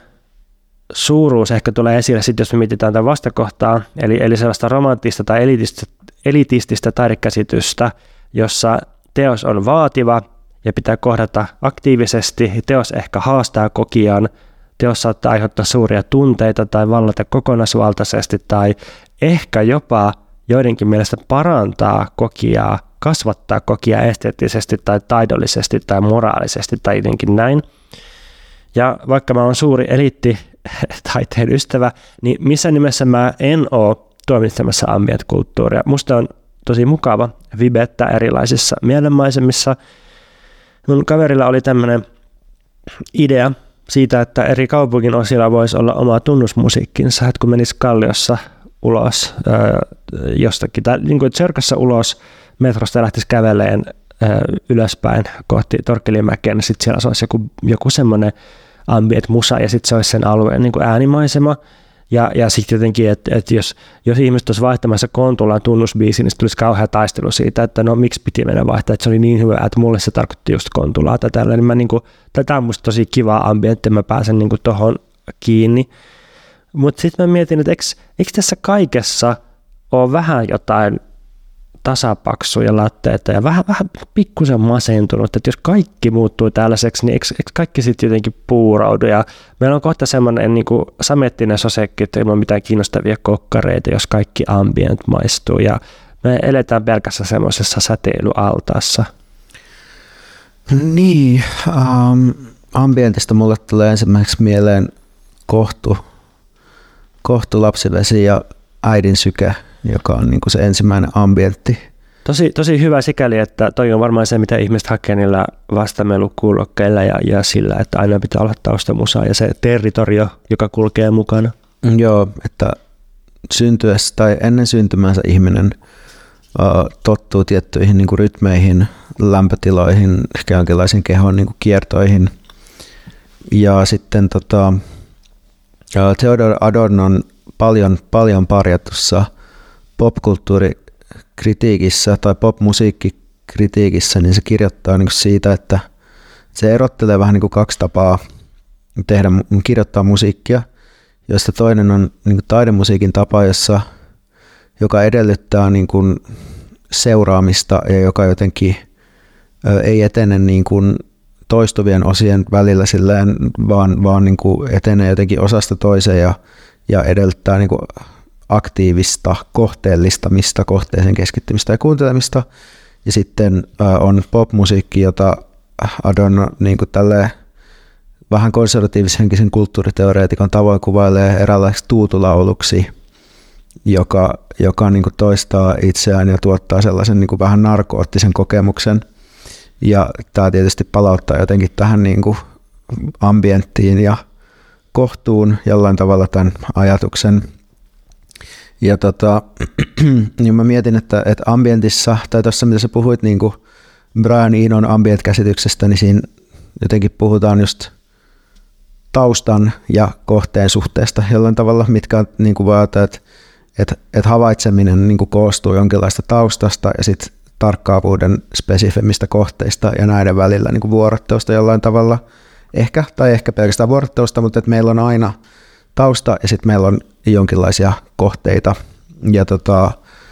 suuruus ehkä tulee esille sitten, jos me mietitään tämän vastakohtaa, eli, eli sellaista romanttista tai elitistä, elitististä taidekäsitystä, jossa teos on vaativa ja pitää kohdata aktiivisesti, teos ehkä haastaa kokijaan, teos saattaa aiheuttaa suuria tunteita tai vallata kokonaisvaltaisesti tai ehkä jopa joidenkin mielestä parantaa kokijaa, kasvattaa kokijaa esteettisesti tai taidollisesti tai moraalisesti tai jotenkin näin. Ja vaikka mä oon suuri eliitti taiteen ystävä, niin missä nimessä mä en ole tuomitsemassa ambient-kulttuuria. Musta on tosi mukava vibettää erilaisissa mielenmaisemissa. Mun kaverilla oli tämmöinen idea siitä, että eri kaupungin osilla voisi olla oma tunnusmusiikkinsa, että kun menisi Kalliossa ulos ää, jostakin, tai niin kuin Tsörkässä ulos metrosta ja lähtisi käveleen ää, ylöspäin kohti Torkkelimäkeä, niin sitten siellä olisi joku, joku semmoinen ambient musa ja sitten se olisi sen alueen niin kuin äänimaisema. Ja, ja sitten jotenkin, että et jos, jos ihmiset olisi vaihtamassa Kontulan tunnusbiisiin, niin tulisi kauhea taistelu siitä, että no miksi piti mennä vaihtaa, että se oli niin hyvä, että mulle se tarkoitti just Kontulaa tai tällä. Niin mä niin kuin, tätä on musta tosi kivaa ambienttia, mä pääsen niin kuin tohon kiinni. Mutta sitten mä mietin, että eikö, eikö tässä kaikessa ole vähän jotain tasapaksuja latteita ja vähän, vähän pikkusen masentunut, että jos kaikki muuttuu tällaiseksi, niin eikö, eikö kaikki sitten jotenkin puuraudu ja meillä on kohta semmoinen niin kuin samettinen sosekki, että ilman mitään kiinnostavia kokkareita, jos kaikki ambient maistuu ja me eletään pelkässä semmoisessa säteilyaltaassa. Niin, um, ambientista mulle tulee ensimmäiseksi mieleen kohtu, kohtu lapsivesi ja äidin syke, joka on niin kuin se ensimmäinen ambientti. Tosi, tosi hyvä sikäli, että toi on varmaan se, mitä ihmiset hakee niillä vastamelukuulokkeilla ja, ja sillä, että aina pitää olla taustamusaa ja se territorio, joka kulkee mukana. Joo, että syntyessä tai ennen syntymänsä ihminen uh, tottuu tiettyihin niin kuin rytmeihin, lämpötiloihin, ehkä jonkinlaisiin kehon niin kuin kiertoihin. Ja sitten tota, uh, Theodor Adornon paljon, paljon parjatussa popkulttuurikritiikissä tai popmusiikkikritiikissä, niin se kirjoittaa niin siitä, että se erottelee vähän niin kuin kaksi tapaa tehdä, kirjoittaa musiikkia, josta toinen on niin kuin taidemusiikin tapa, jossa, joka edellyttää niin kuin seuraamista ja joka jotenkin ö, ei etene niin kuin toistuvien osien välillä silleen, vaan, vaan niin kuin etenee jotenkin osasta toiseen ja, ja edellyttää niin kuin aktiivista kohteellistamista, kohteeseen keskittymistä ja kuuntelemista. Ja sitten äh, on popmusiikki, jota Adorno niin kuin tälleen vähän konservatiivishenkisen kulttuuriteoreetikon tavoin kuvailee eräänlaiseksi tuutulauluksi, joka, joka niin kuin toistaa itseään ja tuottaa sellaisen niin kuin vähän narkoottisen kokemuksen. Ja tämä tietysti palauttaa jotenkin tähän niin kuin ambienttiin ja kohtuun jollain tavalla tämän ajatuksen. Ja tota, niin mä mietin, että, että ambientissa, tai tuossa mitä sä puhuit niin kuin Brian Enon ambient-käsityksestä, niin siinä jotenkin puhutaan just taustan ja kohteen suhteesta jollain tavalla, mitkä niin kuin voi ajatella, että, että, että havaitseminen niin kuin koostuu jonkinlaista taustasta ja sitten tarkkaavuuden spesifemmistä kohteista ja näiden välillä niin kuin vuorottelusta jollain tavalla. Ehkä, tai ehkä pelkästään vuorottelusta, mutta että meillä on aina tausta ja sitten meillä on jonkinlaisia kohteita. Ja tota,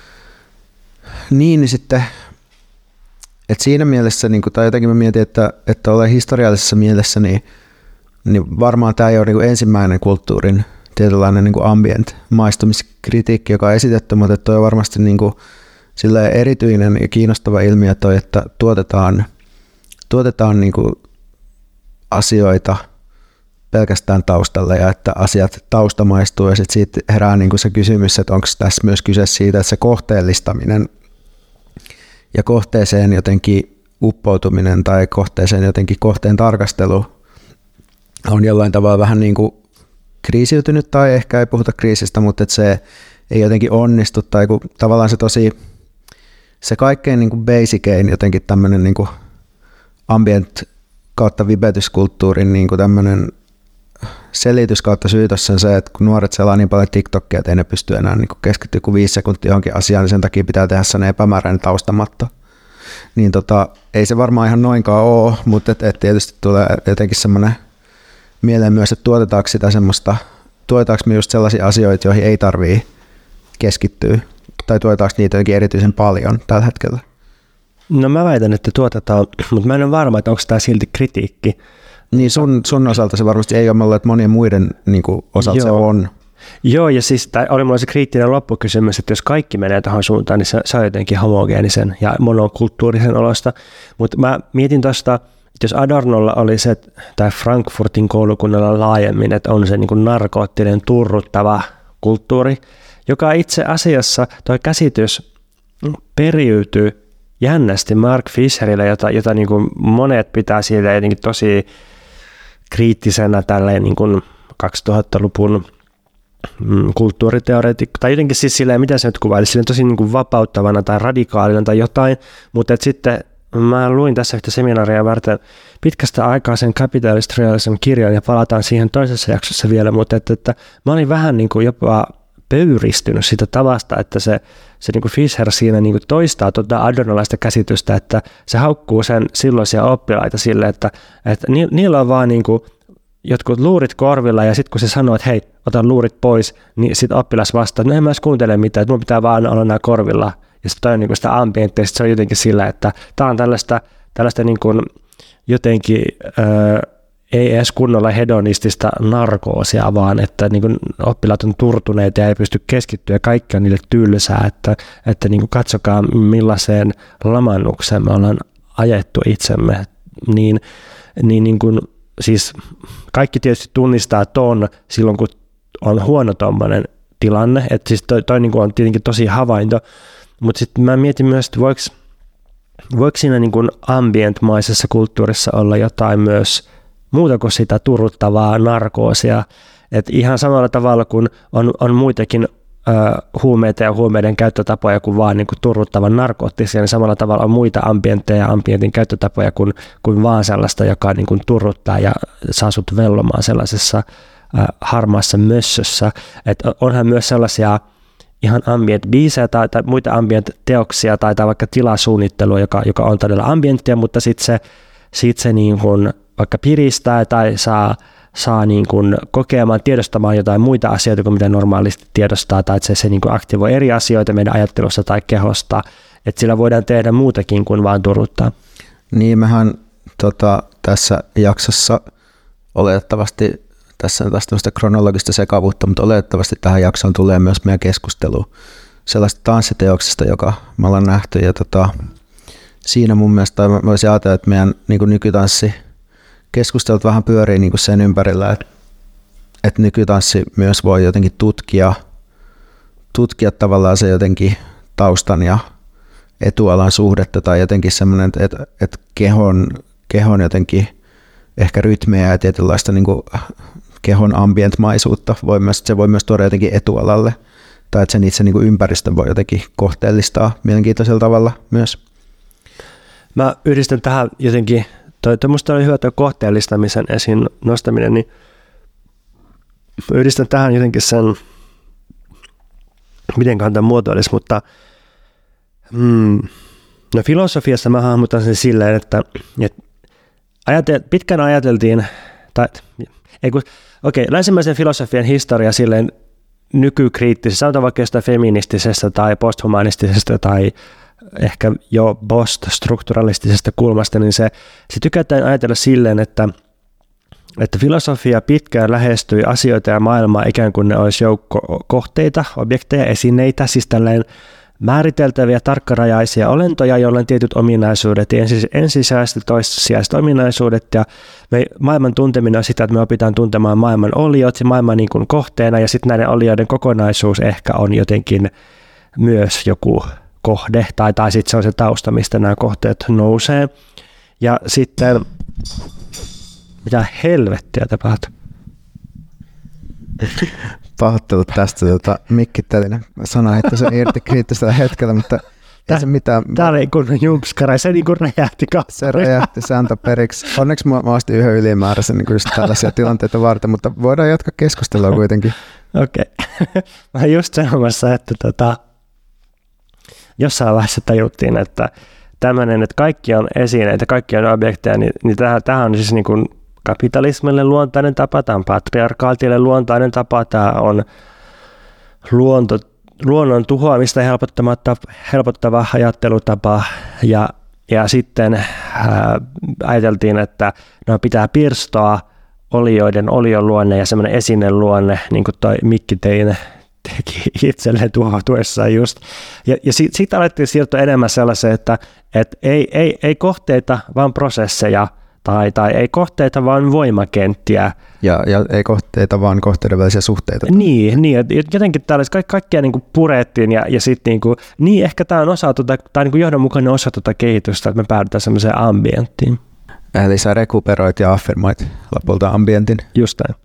niin, niin sitten, että siinä mielessä, niin kuin, tai jotenkin mä mietin, että, että olen historiallisessa mielessä, niin, niin varmaan tämä ei ole niin kuin ensimmäinen kulttuurin tietynlainen niin kuin ambient-maistumiskritiikki, joka on esitetty, mutta toi on varmasti niin kuin erityinen ja kiinnostava ilmiö toi, että tuotetaan, tuotetaan niin kuin asioita pelkästään taustalle ja että asiat taustamaistuu ja sitten siitä herää niin kuin se kysymys, että onko tässä myös kyse siitä, että se kohteellistaminen ja kohteeseen jotenkin uppoutuminen tai kohteeseen jotenkin kohteen tarkastelu on jollain tavalla vähän niin kuin kriisiytynyt tai ehkä ei puhuta kriisistä, mutta että se ei jotenkin onnistu tai kun tavallaan se tosi se kaikkein niin kuin basicein jotenkin tämmöinen niin kuin ambient kautta vibetyskulttuurin niin kuin tämmöinen selitys kautta syytös on se, että kun nuoret selaa niin paljon TikTokia, että ei ne pysty enää niin keskittyä kuin viisi sekuntia johonkin asiaan, niin sen takia pitää tehdä sellainen epämääräinen taustamatto. Niin tota, ei se varmaan ihan noinkaan ole, mutta et, et tietysti tulee jotenkin semmoinen mieleen myös, että tuotetaanko sitä semmoista, tuotetaanko me just sellaisia asioita, joihin ei tarvitse keskittyä. tai tuetaanko niitä jotenkin erityisen paljon tällä hetkellä? No mä väitän, että tuotetaan, mutta mä en ole varma, että onko tämä silti kritiikki. Niin sun, sun osalta se varmasti ei ole, ollut, että monien muiden niin kuin, osalta Joo. se on. Joo, ja siis oli mulla se kriittinen loppukysymys, että jos kaikki menee tähän suuntaan, niin se, se on jotenkin homogeenisen ja monokulttuurisen olosta. Mutta mä mietin tuosta, että jos Adornolla oli se, tai Frankfurtin koulukunnalla laajemmin, että on se niin kuin narkoottinen, turruttava kulttuuri, joka itse asiassa tuo käsitys periytyy jännästi Mark Fisherille, jota, jota niin kuin monet pitää siitä jotenkin tosi kriittisenä tälleen niin kuin kaksituhattaluvun mm, kulttuuriteoreetikko, tai jotenkin siis silleen, mitä se nyt kuvaili, silleen tosi niin kuin vapauttavana tai radikaalina tai jotain, mutta et sitten mä luin tässä yhtä seminaaria varten pitkästä aikaa sen Capitalist Realism-kirjan ja palataan siihen toisessa jaksossa vielä, mutta että, että mä olin vähän niin kuin jopa pöyristynyt sitä tavasta, että se, se niin kuin Fisher siinä niin kuin toistaa tuota adornolaista käsitystä, että se haukkuu sen silloisia oppilaita sille, että, että ni, niillä on vaan niin kuin jotkut luurit korvilla ja sitten kun se sanoo, että hei, ota luurit pois, niin sitten oppilas vastaa, että no en mä edes kuuntele mitään, että mun pitää vaan olla nämä korvilla. Ja sitten toi on niin kuin sitä ambienttia, se on jotenkin sillä, että tämä on tällaista, tällaista niin kuin jotenkin öö, ei edes kunnolla hedonistista narkoosia, vaan että niin kuin oppilaat on turtuneita ja ei pysty keskittyä ja kaikki on niille tylsää, että, että niin kuin katsokaa millaiseen lamannukseen me ollaan ajettu itsemme. Niin, niin, niin kuin, siis kaikki tietysti tunnistaa ton silloin, kun on huono tommoinen tilanne, että siis toi, toi niin kuin on tietenkin tosi havainto, mutta sitten mä mietin myös, että voiko, voiko siinä niin kuin ambient-maisessa kulttuurissa olla jotain myös muuta kuin sitä turruttavaa narkoosia, että ihan samalla tavalla kuin on, on muitakin ö, huumeita ja huumeiden käyttötapoja kuin vaan niin kuin turruttavan narkoottisia, niin samalla tavalla on muita ambientteja ja ambientin käyttötapoja kuin, kuin vaan sellaista, joka niin kuin turruttaa ja saa sut vellomaan sellaisessa ö, harmaassa mössössä, että onhan myös sellaisia ihan ambient-biisejä tai, tai muita ambient-teoksia tai, tai vaikka tilasuunnittelua, joka, joka on todella ambienttia, mutta sitten se, sit se niin kuin vaikka piristää tai saa, saa niin kuin kokemaan, tiedostamaan jotain muita asioita kuin mitä normaalisti tiedostaa, tai että se, se niin kuin aktivoi eri asioita meidän ajattelussa tai kehosta, että sillä voidaan tehdä muutakin kuin vaan turruttaa. Niin, mehän tota, tässä jaksossa oletettavasti, tässä on taas tämmöistä kronologista sekavuutta, mutta oletettavasti tähän jaksoon tulee myös meidän keskustelu sellaista tanssiteoksesta, joka me ollaan nähty, ja tota, siinä mun mielestä, tai mä voisin ajatella, että meidän niin kuin nykytanssi keskustelut vähän pyörii niin kuin sen ympärillä, että, että nykytanssi myös voi jotenkin tutkia, tutkia tavallaan se jotenkin taustan ja etualan suhdetta tai jotenkin semmoinen, että, että kehon, kehon jotenkin ehkä rytmejä ja tietynlaista niin kuin kehon ambientmaisuutta voi myös, se voi myös tuoda jotenkin etualalle tai että sen itse niin kuin ympäristön voi jotenkin kohteellistaa mielenkiintoisella tavalla myös. Mä yhdistän tähän jotenkin, toi, toi musta oli hyvä tuo kohteellistamisen esiin nostaminen, niin mä yhdistän tähän jotenkin sen, miten kantaa muotoilisi, mutta mm, no filosofiassa mä hahmotan sen silleen, että, että ajatel, pitkään ajateltiin, tai ei kun, okei, länsimäisen filosofian historia silleen nykykriittisessä, sanotaan vaikka jostain feministisestä tai posthumanistisesta tai ehkä jo post-strukturalistisesta kulmasta, niin se, se tykätään ajatella silleen, että, että filosofia pitkään lähestyi asioita ja maailmaa ikään kuin ne olisi joukko kohteita, objekteja, esineitä, siis tällainen määriteltäviä tarkkarajaisia olentoja, joilla on tietyt ominaisuudet, ensisijaiset toissijaiset ominaisuudet, ja me, maailman tunteminen on sitä, että me opitaan tuntemaan maailman oliot ja maailman niin kuin kohteena, ja sitten näiden olioiden kokonaisuus ehkä on jotenkin myös joku kohde, tai, tai sitten se on se tausta, mistä nämä kohteet nousee. Ja sitten, mitä helvettiä tapahtuu? Pahoittelut tästä, tuota, mikkittelin sana, että se on irti kriittisellä hetkellä, mutta ei se mitään. Tämä oli kunnon jumpskara, se niin kuin räjähti kanssa. Se räjähti, se antoi periksi. Onneksi mä ostin yhden ylimääräisen niin just tällaisia tilanteita varten, mutta voidaan jatkaa keskustelua kuitenkin. Okei. Okay. Mä olen just sanomassa, että tota, jossain vaiheessa tajuttiin, että tämmöinen, että kaikki on esineitä, kaikki on objekteja, niin, niin tämähän on siis niin kuin kapitalismille luontainen tapa, tämä on patriarkaatille luontainen tapa, tämä on luonto, luonnon tuhoamista helpottamatta, helpottava ajattelutapa ja, ja sitten ää, ajateltiin, että no pitää pirstoa olioiden olioluonne ja semmoinen esineluonne, niin kuin toi Mikki Teine teki itselleen tuhoutuessaan just. Ja, ja siitä, siitä alettiin siirtyä enemmän sellaiseen, että et ei, ei, ei kohteita, vaan prosesseja, tai, tai ei kohteita, vaan voimakenttiä. Ja, ja ei kohteita, vaan kohteiden välisiä suhteita. Niin, niin jotenkin tällaista kaikki, kaikkia niin kuin purettiin, ja, ja sitten niin, kuin, niin ehkä tämä on osa tuota, tai niin kuin johdonmukainen osa tuota kehitystä, että me päädytään semmoiseen ambienttiin. Eli sä rekuperoit ja affirmoit lopulta ambientin. Just näin.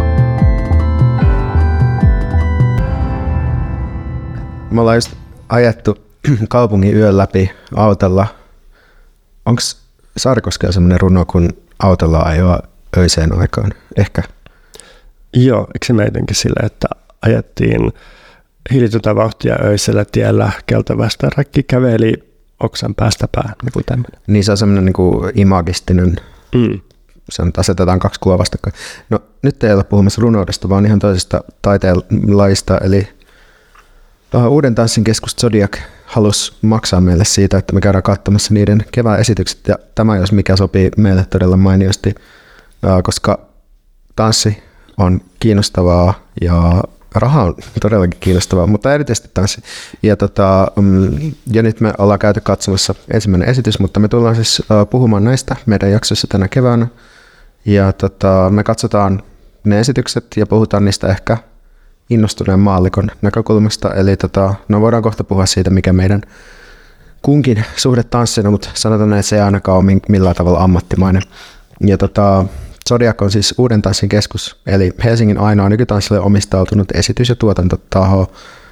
Me ollaan just ajettu kaupungin yön läpi autolla. Onko Saarikoskella sellainen runo, kun autolla ajoa öiseen aikaan? Ehkä. Joo, eikö se meidänkin sillä, että ajettiin hillitöntä vauhtia öisellä tiellä, keltavasta rakki käveli oksan päästä päähän. Niin, niin se on semmoinen niin kuin imagistinen, mm. se on, asetetaan kaksi kuvaa vastakkain. No nyt ei ole puhumassa runoudesta, vaan ihan toisesta taiteen lajista, eli uh, Uuden tanssin keskus Zodiac halusi maksaa meille siitä, että me käydään katsomassa niiden kevään esitykset, ja tämä jos mikä sopii meille todella mainiosti, uh, koska tanssi on kiinnostavaa ja raha on todellakin kiinnostavaa, mutta erityisesti tanssi. Ja, tota, ja nyt me ollaan käyty katsomassa ensimmäinen esitys, mutta me tullaan siis uh, puhumaan näistä meidän jaksossa tänä keväänä. Ja tota, me katsotaan ne esitykset ja puhutaan niistä ehkä innostuneen maallikon näkökulmasta. Eli tota, no voidaan kohta puhua siitä, mikä meidän kunkin suhde tanssina, mutta sanotaan, että se ei ainakaan ole millään tavalla ammattimainen. Ja tota, Zodiac on siis Uuden tanssin keskus, eli Helsingin ainoa nykytanssille omistautunut esitys- ja tuotantotaho.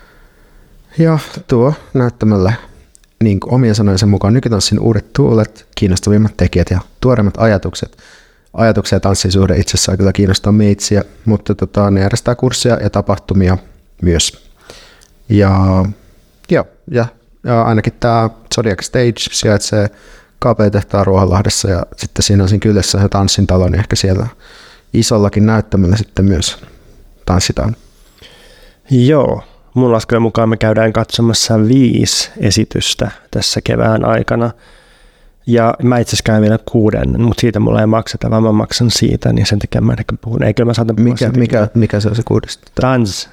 Ja tuo näyttämällä niin kuin omien sanojensa mukaan nykytanssin uudet tuulet, kiinnostavimmat tekijät ja tuoreimmat ajatukset. Ajatuksia ja tanssisuhde itsessään kyllä kiinnostaa meitsiä, mutta tota, ne järjestää kursseja ja tapahtumia myös. Ja, ja, ja, ja ainakin tämä Zodiac Stage sijaitsee K P-tehtaan Ruohonlahdessa, ja sitten siinä on siinä kylässä se tanssin talo, niin ehkä siellä isollakin näyttämällä sitten myös tanssitaan. Joo, mun laskelun mukaan me käydään katsomassa viisi esitystä tässä kevään aikana. Ja mä itse asiassa käyn vielä kuuden, mutta siitä mulla ei makseta, vaan mä maksan siitä, niin sen takia mä en ehkä puhun. Ei, kyllä mä saatan puhua mikä, mikä, mikä se on se kuudesta? Dans.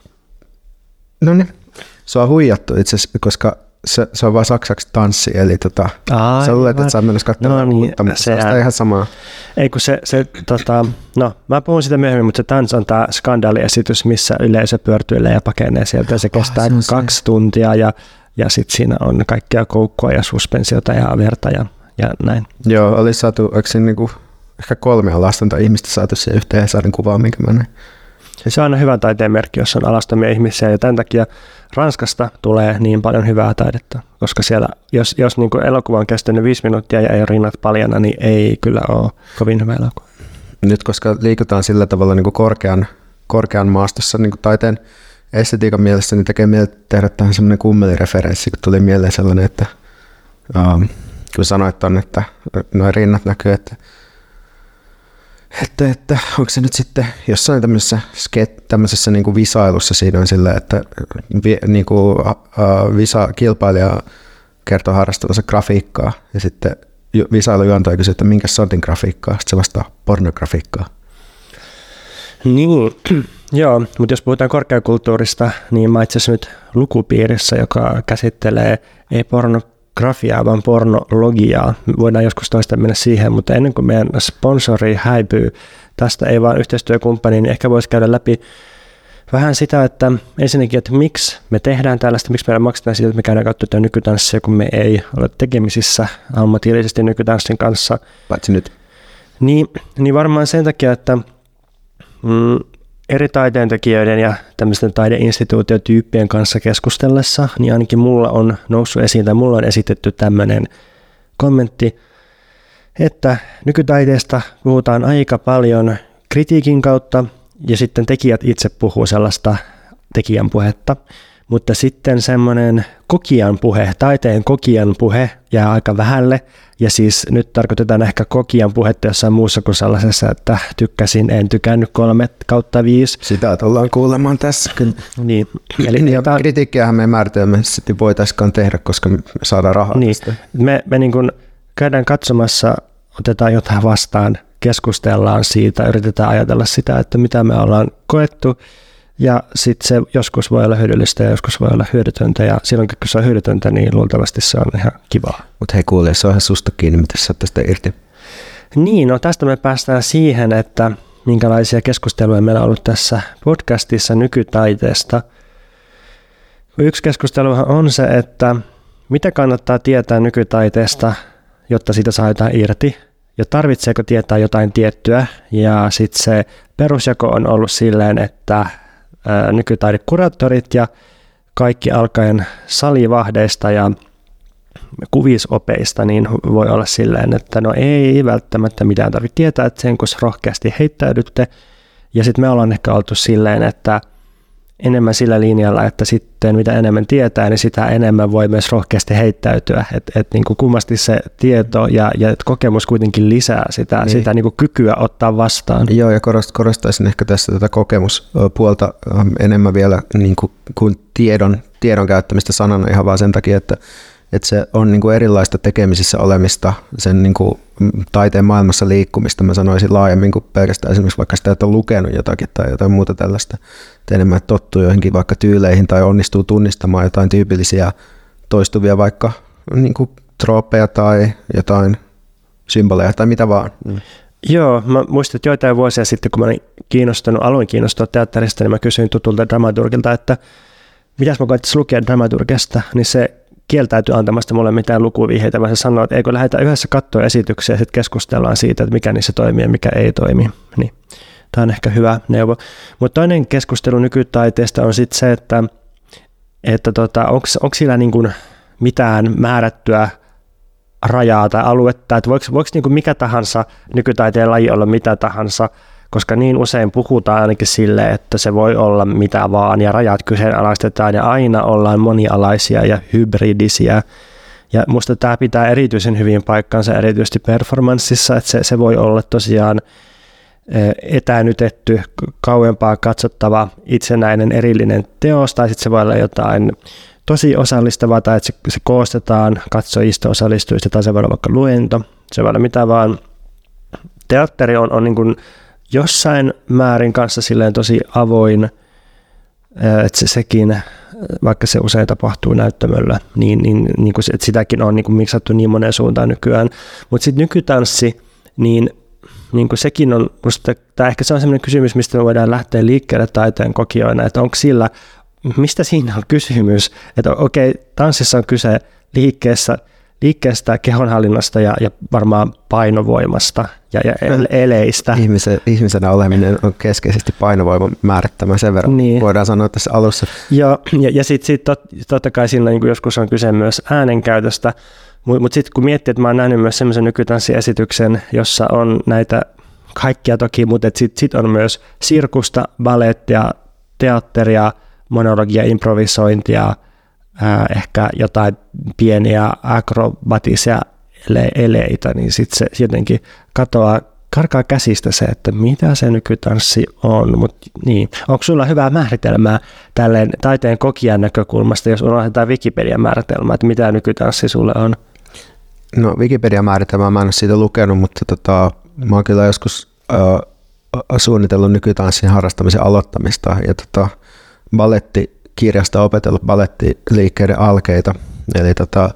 No niin, se on huijattu itse asiassa, koska se, se on vain saksaksi tanssi, eli tota, sä luulet, että sä oot mennessä katsomaan, no niin, mutta se on ihan samaa. Ei kun se, se tota, no mä puhun sitä myöhemmin, mutta se Dans on tää skandaaliesitys, missä yleisö pyörtyilee ja pakenee sieltä, se kestää oh, se kaksi se. tuntia ja, ja sitten siinä on kaikkea koukkua ja suspensiota ja verta ja, ja näin. Joo, olisi saatu, eikö siinä niinku, ehkä kolme alastonta ihmistä saatu siihen yhteen Hesarin kuvaan, minkä mä näin. Ja se on aina hyvä taiteen merkki, jos on alastomia ihmisiä, ja tämän takia Ranskasta tulee niin paljon hyvää taidetta, koska siellä, jos, jos niin kuin elokuva on kestänyt viisi minuuttia ja ei ole rinnat paljana, niin ei kyllä ole kovin hyvä elokuva. Nyt koska liikutaan sillä tavalla niin kuin korkean, korkean maastossa niin kuin taiteen estetiikan mielessä, niin tekee mieltä tehdä tähän semmoinen kummelireferenssi, kun tuli mieleen sellainen, että um, kun sanoit on, että noin rinnat näkyy, että Että, että onko se nyt sitten jossain tämmöisessä, sket, tämmöisessä niin kuin visailussa siinä on sillä, että vi, niin kuin, uh, visa, kilpailija kertoo harrastavansa grafiikkaa ja sitten visailujuontaja kysyy, että minkä sortin grafiikkaa, sitten se vastaa pornografiikkaa. Niin, joo, mutta jos puhutaan korkeakulttuurista, niin mä itse asiassa nyt lukupiirissä, joka käsittelee ei pornografiaa, vaan pornologiaa. Voidaan joskus toista mennä siihen, mutta ennen kuin meidän sponsori häipyy tästä, ei vaan yhteistyökumppani, niin ehkä voisi käydä läpi vähän sitä, että ensinnäkin, että miksi me tehdään tällaista, miksi meillä maksetaan siitä, että me käydään katsomaan nykytanssia, kun me ei ole tekemisissä ammatillisesti nykytanssin kanssa. Paitsi nyt. Niin, niin varmaan sen takia, että mm, eri taiteentekijöiden ja tämmöisten taideinstituutiotyyppien kanssa keskustellessa, niin ainakin mulla on noussut esiin, tai mulla on esitetty tämmöinen kommentti, että nykytaiteesta puhutaan aika paljon kritiikin kautta, ja sitten tekijät itse puhuu sellaista tekijän puhetta, mutta sitten semmoinen kokijan puhe, taiteen kokijan puhe jää aika vähälle, Ja siis nyt tarkoitetaan ehkä kokijan puhetta jossain muussa kuin sellaisessa, että tykkäsin, en tykännyt kolme kautta viisi. Sitä tullaan kuulemaan tässä. Niin. Eli ja tämä... kritiikkiähän me ei määritelmästi voitaisikaan tehdä, koska me saadaan rahaa. Niin. Me, me niin kuin käydään katsomassa, otetaan jotain vastaan, keskustellaan siitä, yritetään ajatella sitä, että mitä me ollaan koettu. Ja sitten se joskus voi olla hyödyllistä ja joskus voi olla hyödytöntä. Ja silloin kun se on hyödytöntä, niin luultavasti se on ihan kivaa. Mutta hei kuule, se on ihan susta kiinni, mitä sä tästä irti. Niin, no tästä me päästään siihen, että minkälaisia keskusteluja meillä on ollut tässä podcastissa nykytaiteesta. Yksi keskusteluhan on se, että mitä kannattaa tietää nykytaiteesta, jotta siitä saa jotain irti. Ja tarvitseeko tietää jotain tiettyä. Ja sitten se perusjako on ollut silleen, että nykytaidekuraattorit ja kaikki alkaen salivahdeista ja kuvisopeista, niin voi olla silleen, että no ei välttämättä mitään tarvitse tietää, että sen kun rohkeasti heittäydytte. Ja sitten me ollaan ehkä oltu silleen, että enemmän sillä linjalla, että sitten mitä enemmän tietää, niin sitä enemmän voi myös rohkeasti heittäytyä. Että et niinku kummasti se tieto ja, ja kokemus kuitenkin lisää sitä, niin. sitä niinku kykyä ottaa vastaan. Joo, ja korostaisin ehkä tässä tätä kokemuspuolta enemmän vielä niinku kuin tiedon, tiedon käyttämistä sanana ihan vaan sen takia, että että se on niinku erilaista tekemisissä olemista, sen niinku taiteen maailmassa liikkumista, mä sanoisin laajemmin kuin pelkästään esimerkiksi vaikka sitä, että on lukenut jotakin tai jotain muuta tällaista, että enemmän tottuu joihinkin vaikka tyyleihin tai onnistuu tunnistamaan jotain tyypillisiä toistuvia vaikka niinku trooppeja tai jotain symboleja tai mitä vaan. Mm. Joo, mä muistan, että joitain vuosia sitten, kun mä olin kiinnostunut, aloin kiinnostua teatterista, niin mä kysyin tutulta dramaturgilta, että mitäs mä koettaisiin lukea dramaturgiasta, niin se kieltäytyi antamasta mulle mitään lukuvihjeitä, vaan se sanoi, että eikö lähdetä yhdessä katsoa esityksiä ja sitten keskustellaan siitä, että mikä niissä toimii ja mikä ei toimi. Niin, tämä on ehkä hyvä neuvo. Mutta toinen keskustelu nykytaiteesta on sitten se, että, että tota, onko sillä niin kuin mitään määrättyä rajaa tai aluetta, että voiko, voiko niin kuin mikä tahansa nykytaiteen laji olla mitä tahansa, koska niin usein puhutaan ainakin silleen, että se voi olla mitä vaan ja rajat kyseenalaistetaan ja aina ollaan monialaisia ja hybridisiä. Ja musta tämä pitää erityisen hyvin paikkansa erityisesti performanssissa, että se, se voi olla tosiaan etänytetty, kauempaa katsottava itsenäinen erillinen teos tai sitten se voi olla jotain tosi osallistavaa tai että se, se koostetaan katsojista, osallistujista tai se voi olla vaikka luento, se voi olla mitä vaan. Teatteri on, on niin kuin jossain määrin kanssa silleen tosi avoin, että se, sekin, vaikka se usein tapahtuu näyttämöllä, niin, niin, niin kuin, että sitäkin on niin kuin miksattu niin moneen suuntaan nykyään. Mutta sitten nykytanssi, niin, niin kuin sekin on, musta, tai ehkä se on sellainen kysymys, mistä me voidaan lähteä liikkeelle taiteen kokijoina, että onko sillä, mistä siinä on kysymys, että okei, tanssissa on kyse liikkeessä, liikkeestä, kehonhallinnasta ja, ja varmaan painovoimasta ja, ja eleistä. Ihmisen, ihmisenä oleminen on keskeisesti painovoiman määrittämä sen verran, niin. Voidaan sanoa tässä alussa. Ja, ja, ja sitten sit tot, totta kai siinä niin joskus on kyse myös äänenkäytöstä, mutta mut sitten kun miettii, että mä oon nähnyt myös semmoisen nykytanssiesityksen, jossa on näitä kaikkia toki, mutta sitten sit on myös sirkusta, balettia, teatteria, monologia, improvisointia, Äh, ehkä jotain pieniä akrobatisia ele- eleitä, niin sitten se jotenkin katoaa, karkaa käsistä se, että mitä se nykytanssi on. Mut, niin. Onko sulla hyvää määritelmää tälleen taiteen kokijan näkökulmasta, jos unohdetaan Wikipedian määritelmää, että mitä nykytanssi sulle on? No Wikipedian määritelmää mä en ole siitä lukenut, mutta tota, mä oon kyllä joskus äh, suunnitellut nykytanssin harrastamisen aloittamista ja tota, baletti kirjasta opetellut balettiliikkeiden alkeita. Eli tota,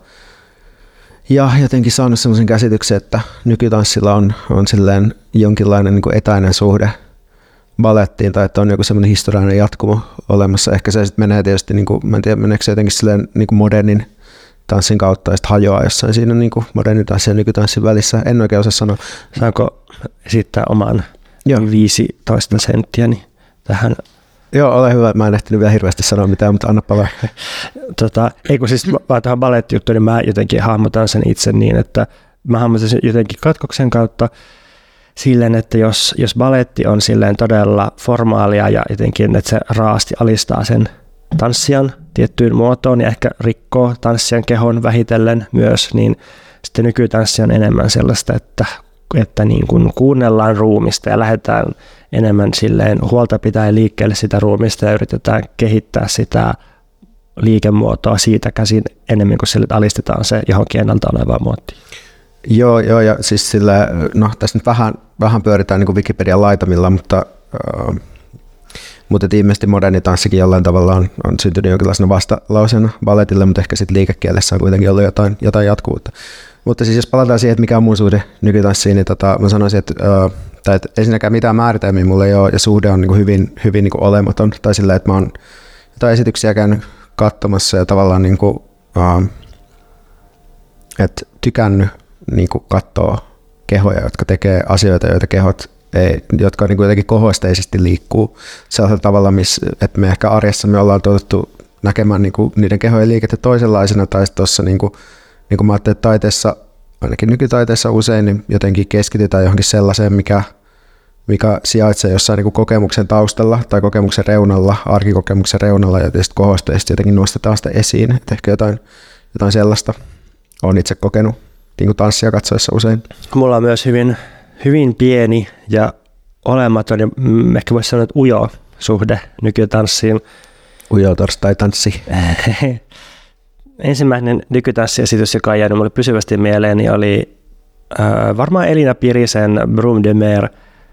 ja jotenkin saanut sellaisen käsityksen, että nykytanssilla on, on silleen jonkinlainen niin kuin etäinen suhde balettiin, tai että on joku semmoinen historiallinen jatkumo olemassa. Ehkä se sitten menee tietysti, niin kuin, mä en tiedä, meneekö se jotenkin silleen niin kuin modernin tanssin kautta ja sitten hajoaa jossain siinä niin kuin modernin tanssin ja nykytanssin välissä. En oikein osaa sanoa. Saanko esittää oman Joo. viisitoista senttiäni tähän? Joo, ole hyvä. Mä en ehtinyt vielä hirveästi sanoa mitään, mutta annapa vaan. Tota, ei kun siis vaan tähän balettijuttuun, niin mä jotenkin hahmotan sen itse niin, että mä hahmotan sen jotenkin katkoksen kautta silleen, että jos, jos baletti on silleen todella formaalia ja jotenkin, että se raasti alistaa sen tanssijan tiettyyn muotoon ja ehkä rikkoo tanssijan kehon vähitellen myös, niin sitten nykytanssi on enemmän sellaista, että, että niin kuin kuunnellaan ruumista ja lähdetään enemmän silleen huolta pitää liikkeelle sitä ruumista ja yritetään kehittää sitä liikemuotoa siitä käsin enemmän kuin sille, että alistetaan se johonkin ennalta olevaan muottiin. Joo, joo, ja siis sillä, no tässä nyt vähän, vähän pyöritään niin kuin Wikipedian laitamilla, mutta, äh, mutta ilmeisesti moderni tanssikin jollain tavalla on, on syntynyt jonkinlaisena vastalauseena balletille, mutta ehkä sitten liikekielessä on kuitenkin ollut jotain, jotain jatkuvuutta. Mutta siis jos palataan siihen, että mikä on mun suhde nykytanssiin, niin tota, mä sanoisin, että, äh, tai että ensinnäkään mitään määritelmiä mulla ei ole, ja suhde on niin kuin hyvin, hyvin niin kuin olematon, tai sillä, että mä oon jotain esityksiä käynyt katsomassa ja tavallaan niin kuin, äh, että tykännyt niin kuin katsoa kehoja, jotka tekee asioita, joita kehot ei, jotka niin kuin jotenkin kohosteisesti liikkuu sellaisella tavalla, missä, että me ehkä arjessa me ollaan totuttu näkemään niin kuin niiden kehojen liikettä toisenlaisena, tai tuossa niin kuin, niin kuin mä ajattelin, että taiteessa, ainakin nykytaiteessa usein, niin jotenkin keskitytään johonkin sellaiseen, mikä, mikä sijaitsee jossain niin kuin kokemuksen taustalla tai kokemuksen reunalla, arkikokemuksen reunalla, ja tietysti kohosteisesti jotenkin nostetaan sitä esiin, että ehkä jotain, jotain sellaista olen itse kokenut niin kuin tanssia katsoessa usein. Mulla on myös hyvin, hyvin pieni ja olematon ja ehkä voisi sanoa, että ujo suhde nykytanssiin. Ujo torstai-tanssi. Ensimmäinen nykytanssiesitys, joka on jäänyt mulle pysyvästi mieleeni, oli äh, varmaan Elina Pirisen Brume de Mer.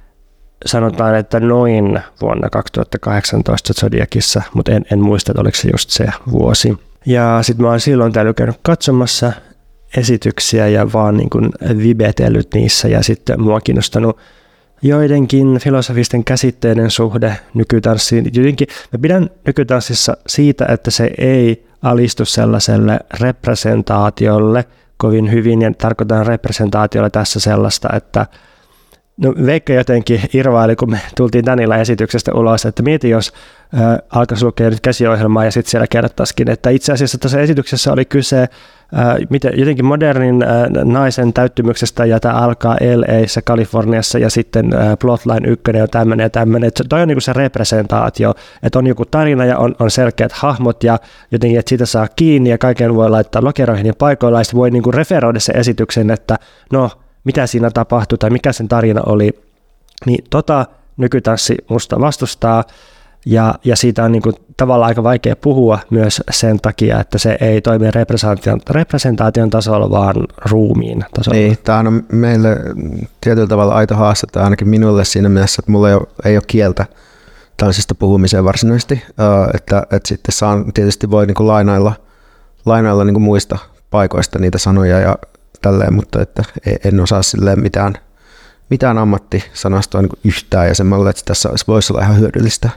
Sanotaan, että noin vuonna kaksituhattakahdeksantoista Zodiacissa, mutta en, en muista, että oliko se just se vuosi. Ja sitten mä oon silloin täällä käynyt katsomassa esityksiä ja vaan niin kuin vibetellyt niissä, ja sitten mua on kiinnostanut joidenkin filosofisten käsitteiden suhde nykytanssiin. Jotenkin mä pidän nykytanssissa siitä, että se ei alistu sellaiselle representaatiolle kovin hyvin, ja tarkoitan representaatiolla tässä sellaista, että no, Veikka jotenkin irvaili, kun me tultiin tän illan esityksestä ulos, että mieti, jos äh, alkaisi lukea nyt käsiohjelmaa ja sitten siellä kerrottaisikin, että itse asiassa tässä esityksessä oli kyse äh, miten, jotenkin modernin äh, naisen täyttymyksestä, ja tämä alkaa L A:ssä, Kaliforniassa, ja sitten äh, plotline ykkönen on tämmöinen ja tämmöinen. Toi on niinku se representaatio, että on joku tarina ja on, on selkeät hahmot ja jotenkin, että siitä saa kiinni ja kaiken voi laittaa lokeroihin ja paikoilla, ja sitten voi niinku referoida se esityksen, että no, mitä siinä tapahtui tai mikä sen tarina oli, niin tota nykytanssi musta vastustaa, ja, ja siitä on niinku tavallaan aika vaikea puhua myös sen takia, että se ei toimi representaation, representaation tasolla, vaan ruumiin tasolla. Niin, tämä on meille tietyllä tavalla aito haaste, tai ainakin minulle siinä mielessä, että mulla ei ole, ei ole kieltä tanssista puhumiseen varsinaisesti, että, että sitten saan, tietysti voi niinku lainailla, lainailla niinku muista paikoista niitä sanoja ja tälleen, mutta että en osaa silleen mitään, mitään ammattisanastoa niin yhtään, ja semmoilla, että tässä voisi olla ihan hyödyllistä.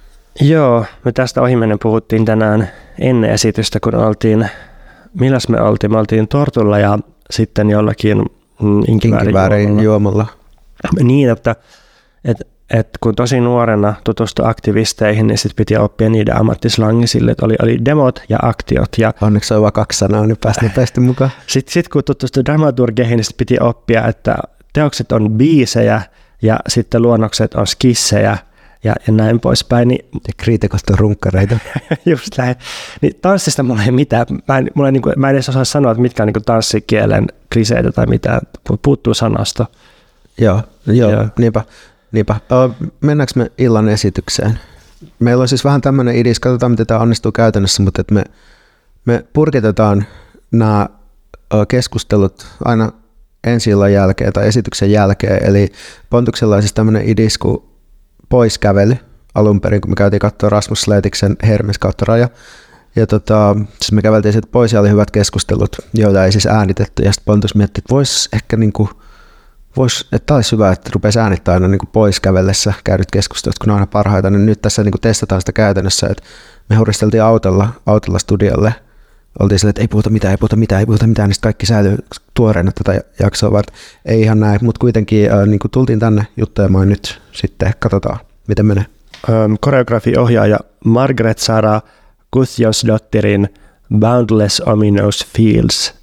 Joo, me tästä ohimennen puhuttiin tänään ennen esitystä, kun oltiin, milläs me oltiin? Me oltiin Tortulla ja sitten jollakin inkiväärin juomalla. Niin, että, että, että kun tosi nuorena tutustui aktivisteihin, niin sitten piti oppia niiden ammattislangi sille, että oli, oli demot ja aktiot. Ja onneksi on vain kaksi sanaa, niin pääsi nopeasti mukaan. Sitten sit, kun tutustui dramaturgeihin, niin piti oppia, että teokset on biisejä ja sitten luonnokset on skissejä ja, ja näin poispäin. Niin, ja kriitikot on runkkareita. Just näin. Niin tanssista mulla ei mitään. Mä en, mulla ei, niin kuin, mä en edes osaa sanoa, että mitkä on niin tanssikielen kliseitä tai mitään. Puuttuu sanasto. Joo, joo, joo. niinpä. Niinpä. Mennäänkö me illan esitykseen? Meillä on siis vähän tämmöinen idis, katsotaan miten tämä onnistuu käytännössä, mutta että me, me purkitetaan nämä keskustelut aina ensi illan jälkeen tai esityksen jälkeen. Eli Pontuksella on siis tämmöinen idis kuin poiskävely alun perin, kun me käytiin katsoa Rasmus Sleetiksen Hermes kautta raja. Ja tota, siis me käveltiin sitten pois ja oli hyvät keskustelut, joita ei siis äänitetty. Ja sitten Pontus mietti, että voisi ehkä niinku Vois, että olisi hyvä, että rupesi äänittää aina niin kuin pois kävellessä käydyt keskustelut, kun ne on aina parhaita, niin nyt tässä niin kuin testataan sitä käytännössä, että me huristeltiin autolla, autolla studiolle, oltiin silleen, että ei puhuta mitään, ei puhuta mitään, ei puhuta mitään, niin sitten kaikki säilyy tuoreena tätä jaksoa varten. Ei ihan näin, mutta kuitenkin äh, niin kuin tultiin tänne juttelemaan nyt, sitten katsotaan, miten menee. Um, koreografi-ohjaaja Margaret Sara Gudjonsdottirin Boundless Ominous Fields.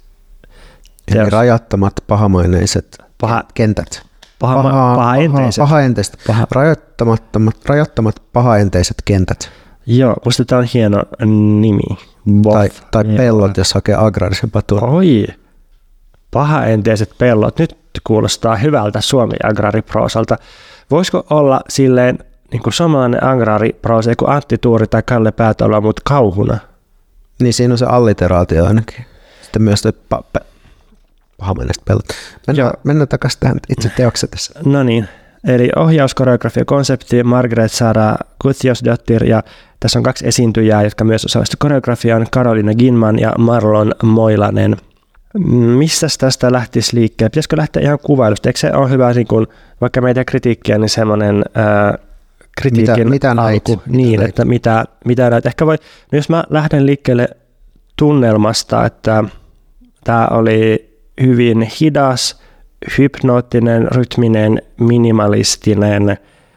Eli rajattomat pahamaineiset Paha, kentät. Paha, paha, pahaenteiset. Pahaenteiset. Paha. Rajoittamattomat, rajoittamat pahaenteiset kentät. Joo, musta tämä on hieno nimi. Bof. Tai, tai pellot, jos hakee agraarisempaa turvaa. Oi. pahaenteiset pellot, nyt kuulostaa hyvältä Suomi-agraariproosalta. Voisiko olla silleen niin kuin suomalainen agraariproosa, kuin Antti Tuuri tai Kalle Päätalo, mutta kauhuna? Niin siinä on se alliteraatio ainakin. Sitten myös toi pa- pa- pahamaineista pellot. Mennään, mennään takaisin tähän itse teokseen tässä. No niin, eli ohjaus, koreografia, konsepti, Margaret Sara Kutjosdottir, ja tässä on kaksi esiintyjää, jotka myös osallistuivat koreografiaan, Karolina Ginman ja Marlon Moilanen. Missä tästä lähtisi liikkeelle? Pitäisikö lähteä ihan kuvailusta? Eikö se ole hyvä, niin kun, vaikka meidän kritiikkiä, niin semmoinen ää, kritiikin mitä, mitä alku, näit? niin, mitä että mitä, mitä näit. Ehkä voi, no jos mä lähden liikkeelle tunnelmasta, että tämä oli hyvin hidas, hypnoottinen, rytminen, minimalistinen.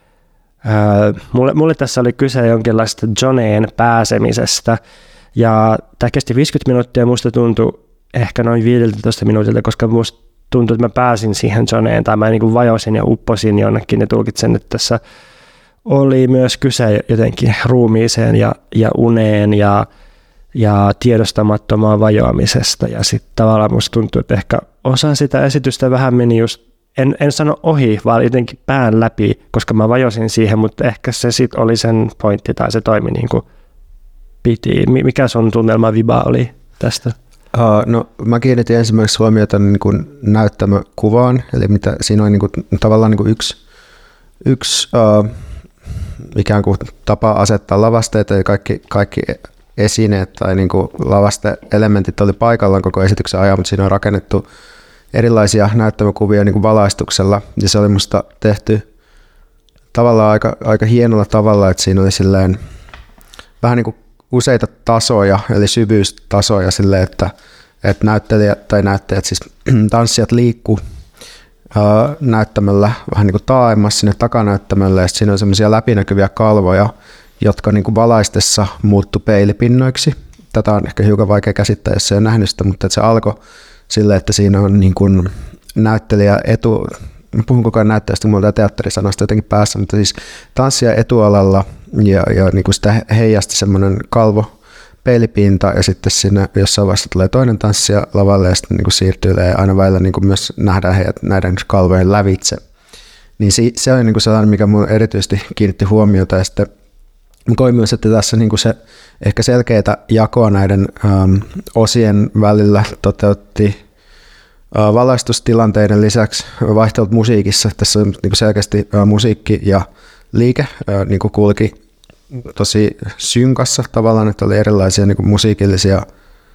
Ää, mulle, mulle tässä oli kyse jonkinlaista Joneen pääsemisestä, ja tämä kesti viisikymmentä minuuttia, musta tuntui ehkä noin viisitoista minuutilta, koska musta tuntui, että mä pääsin siihen Joneen, tai mä niin kuin vajosin ja upposin jonnekin, ja tulkitsen, että tässä oli myös kyse jotenkin ruumiiseen ja, ja uneen ja, ja tiedostamattomaan vajoamisesta, ja sitten tavallaan musta tuntui, että ehkä osa sitä esitystä vähän meni just, en, en sano ohi, vaan jotenkin pään läpi, koska mä vajosin siihen, mutta ehkä se sitten oli sen pointti, tai se toimi niin kuin piti. Mikä sun tunnelma viba oli tästä? Uh, no, mä kiinnitin ensimmäiseksi huomiota niin kuin näyttämökuvaan, eli mitä siinä on niin kuin, tavallaan niin kuin yksi, yksi uh, ikään kuin tapa asettaa lavasteita, ja kaikki, kaikki esineet tai niin kuin lavaste-elementit oli paikallaan koko esityksen ajan, mutta siinä on rakennettu erilaisia näyttämökuvia niin kuin valaistuksella, ja se oli musta tehty tavallaan aika, aika hienolla tavalla, että siinä oli silleen vähän niin kuin useita tasoja, eli syvyystasoja sille, että, että näyttelijät tai näyttäjät, siis tanssijat liikkuu ää, näyttämällä vähän niin kuin taaemmas sinne takanäyttämällä, ja siinä on semmoisia läpinäkyviä kalvoja, jotka niin kuin valaistessa muuttu peilipinnoiksi. Tätä on ehkä hiukan vaikea käsittää, jos ei ole nähnyt sitä, mutta että se alkoi sille, että siinä on niin kuin näyttelijä etu, puhun koko ajan näyttäjästä, kun mulla on teatterisanasta jotenkin päässä, mutta siis tanssija etualalla, ja, ja niin kuin sitä heijasti semmoinen kalvo peilipinta, ja sitten siinä jossain vaiheessa tulee toinen tanssija lavalle, ja sitten niin kuin siirtyy, ja aina välillä niin kuin myös nähdään heidät näiden kalvojen lävitse. Niin se, se on niin kuin sellainen, mikä mun erityisesti kiinnitti huomiota, ja sitten koin myös, että tässä niin kuin se ehkä selkeää jakoa näiden äm, osien välillä toteutti ä, valaistustilanteiden lisäksi vaihtelut musiikissa. Tässä on niin kuin selkeästi ä, musiikki ja liike ä, niin kuin kulki tosi synkassa tavallaan, että oli erilaisia niin kuin musiikillisia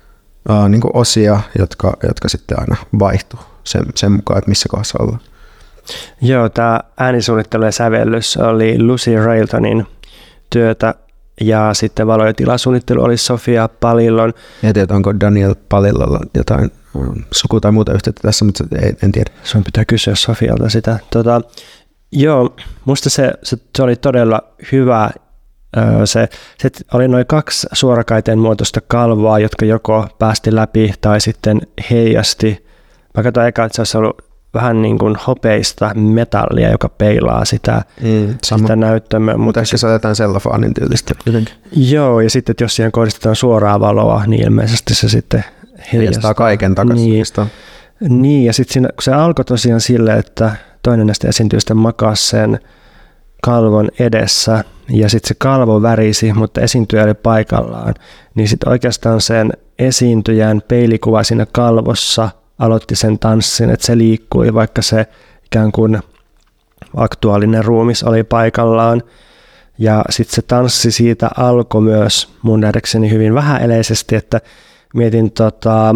ä, niin kuin osia, jotka, jotka sitten aina vaihtui sen, sen mukaan, että missä kohdassa ollaan. Joo, tämä äänisuunnittelu ja sävellys oli Lucy Railtonin työtä, ja sitten valo- ja tilasuunnittelu oli Sofia Palillon. En tiedä, onko Daniel Palillolla jotain suku tai muuta yhteyttä tässä, mutta en, en tiedä. Sun pitää kysyä Sofialta sitä. Tota, joo, musta se, se, se oli todella hyvä. Se, se oli noin kaksi suorakaiteen muotoista kalvoa, jotka joko päästi läpi tai sitten heijasti. Mä katsoin eka, että se olisi ollut vähän niin kuin hopeista metallia, joka peilaa sitä, mm, sitä näyttämöä. Mutta ehkä se otetaan sellofaanin tyylistä jotenkin. Joo, ja sitten jos siihen kohdistetaan suoraa valoa, niin ilmeisesti se sitten heijastaa kaiken takaisin. Niin, niin, ja sitten siinä, kun se alkoi tosiaan sille, että toinen näistä esiintyjistä makasi sen kalvon edessä, ja sitten se kalvo värisi, mutta esiintyjä oli paikallaan, niin sitten oikeastaan sen esiintyjän peilikuva siinä kalvossa aloitti sen tanssin, että se liikkui, vaikka se ikään kuin aktuaalinen ruumis oli paikallaan. Ja sitten se tanssi siitä alkoi myös mun nähdäkseni hyvin vähäeleisesti, että mietin tota,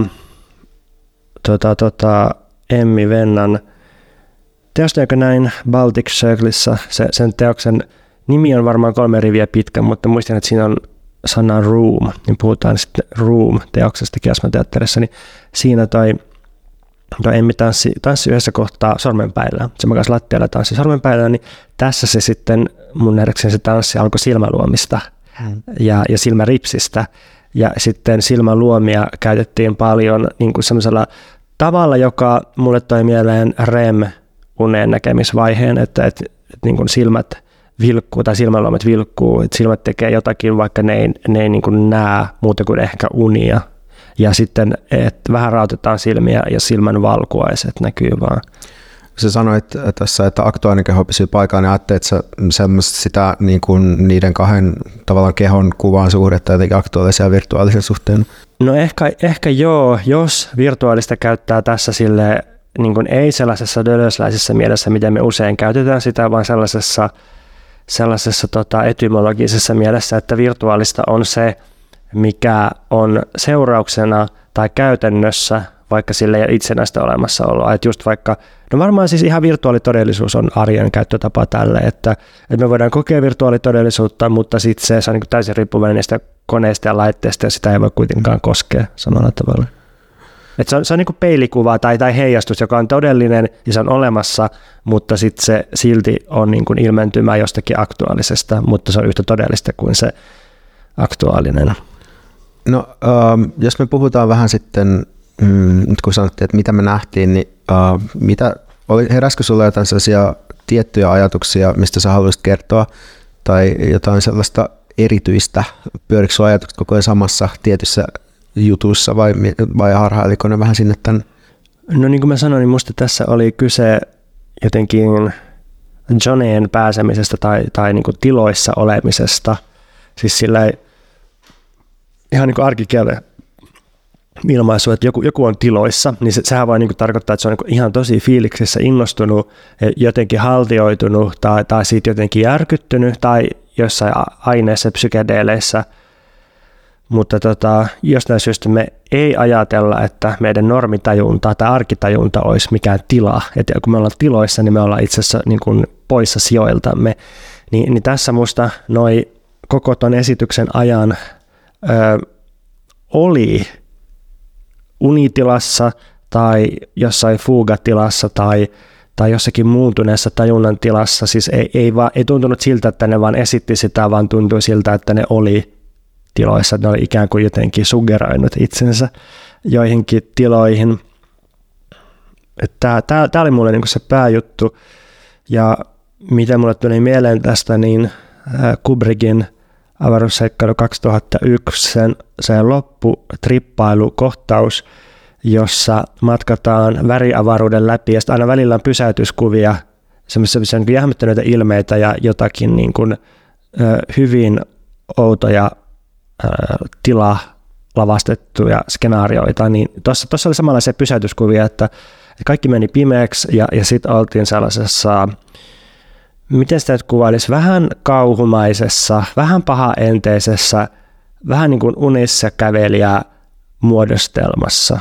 tota, tota, Emmi Vennan teosta, joka näin Baltic Circleissa. Se, sen teoksen nimi on varmaan kolme riviä pitkä, mutta muistan, että siinä on sana room, niin puhutaan sitten room-teoksesta Kiasmateatterissa, niin siinä toi No Emmi tanssi, tanssi yhdessä kohtaa sormenpäillä. Se makasi lattialla tanssi sormenpäillä, niin tässä se sitten mun nähdäkseni se tanssi alkoi silmäluomista hmm. ja, ja silmäripsistä. Ja sitten silmäluomia käytettiin paljon niin kuin semmoisella tavalla, joka mulle toi mieleen R E M-unen näkemisvaiheen, että, että, että niin kuin silmät vilkkuu tai silmäluomet vilkkuu, että silmät tekee jotakin, vaikka ne ei, ne ei niin kuin näe muuta kuin ehkä unia. ja sitten, että vähän rautetaan silmiä ja silmän valkuaiset näkyy vaan. Sä sanoit tässä, että aktuaalinen keho pysyy paikallaan, ja ajattelet sä sitä niin kuin niiden kahden tavallaan kehon kuvan suhdetta jotenkin aktuaalisen ja virtuaalisen suhteen? No ehkä, ehkä joo, jos virtuaalista käyttää tässä sille niin kuin ei sellaisessa dölösläisessä mielessä, miten me usein käytetään sitä, vaan sellaisessa, sellaisessa tota, etymologisessa mielessä, että virtuaalista on se, mikä on seurauksena tai käytännössä, vaikka sille ei ole itsenäistä olemassaoloa. Että just vaikka, no varmaan siis ihan virtuaalitodellisuus on arjen käyttötapa tälle, että, että me voidaan kokea virtuaalitodellisuutta, mutta sitten se, se on niin kuin täysin riippuvainen niistä koneista ja laitteista, ja sitä ei voi kuitenkaan koskea samalla tavalla. Että se on, se on niin kuin peilikuva tai, tai heijastus, joka on todellinen ja se on olemassa, mutta sitten se silti on niin kuin ilmentymä jostakin aktuaalisesta, mutta se on yhtä todellista kuin se aktuaalinen. No, ähm, jos me puhutaan vähän sitten, mm, nyt kun sanottiin, että mitä me nähtiin, niin äh, mitä, oli, heräskö sulla jotain sellaisia tiettyjä ajatuksia, mistä sä haluaisit kertoa, tai jotain sellaista erityistä, pyörikö sun ajatukset koko ajan samassa tietyssä jutussa, vai, vai harhailiko ne vähän sinne tänne? No niin kuin mä sanoin, niin musta tässä oli kyse jotenkin Johneen pääsemisestä tai, tai niin kuin tiloissa olemisesta, siis sillä ihan niin kuin arkikieltä ilmaisu, että joku, joku on tiloissa, niin se, sehän voi niin kuin tarkoittaa, että se on niin kuin ihan tosi fiiliksissä innostunut, jotenkin haltioitunut tai, tai siitä jotenkin järkyttynyt tai jossain aineessa, psykedeeleissä. Mutta tota, jostain syystä me ei ajatella, että meidän normitajunta tai arkitajunta olisi mikään tila. Että kun me ollaan tiloissa, niin me ollaan itse asiassa niin kuin poissa sijoiltamme. Niin, niin tässä musta noi koko ton esityksen ajan ö, oli unitilassa tai jossain fugatilassa tai, tai jossakin muuntuneessa tajunnan tilassa. Siis ei, ei, vaan, ei tuntunut siltä, että ne vaan esitti sitä, vaan tuntui siltä, että ne oli tiloissa. Ne oli ikään kuin jotenkin suggeroinut itsensä joihinkin tiloihin. Tämä oli mulle niinku se pääjuttu. Ja mitä mulle tuli mieleen tästä, niin Kubrickin avaruusseikkailu kaksituhattayksi, sen, sen lopputrippailukohtaus, jossa matkataan väriavaruuden läpi ja sitten aina välillä on pysäytyskuvia, semmoisia niin jähmettyneitä ilmeitä ja jotakin niin kuin, ö, hyvin outoja ö, tila lavastettuja skenaarioita, niin tuossa oli samanlaisia pysäytyskuvia, että, että kaikki meni pimeäksi ja, ja sitten oltiin sellaisessa, miten sitä kuvailisi, vähän kauhumaisessa, vähän pahaenteisessä, vähän niin kuin unissa kävelijä muodostelmassa.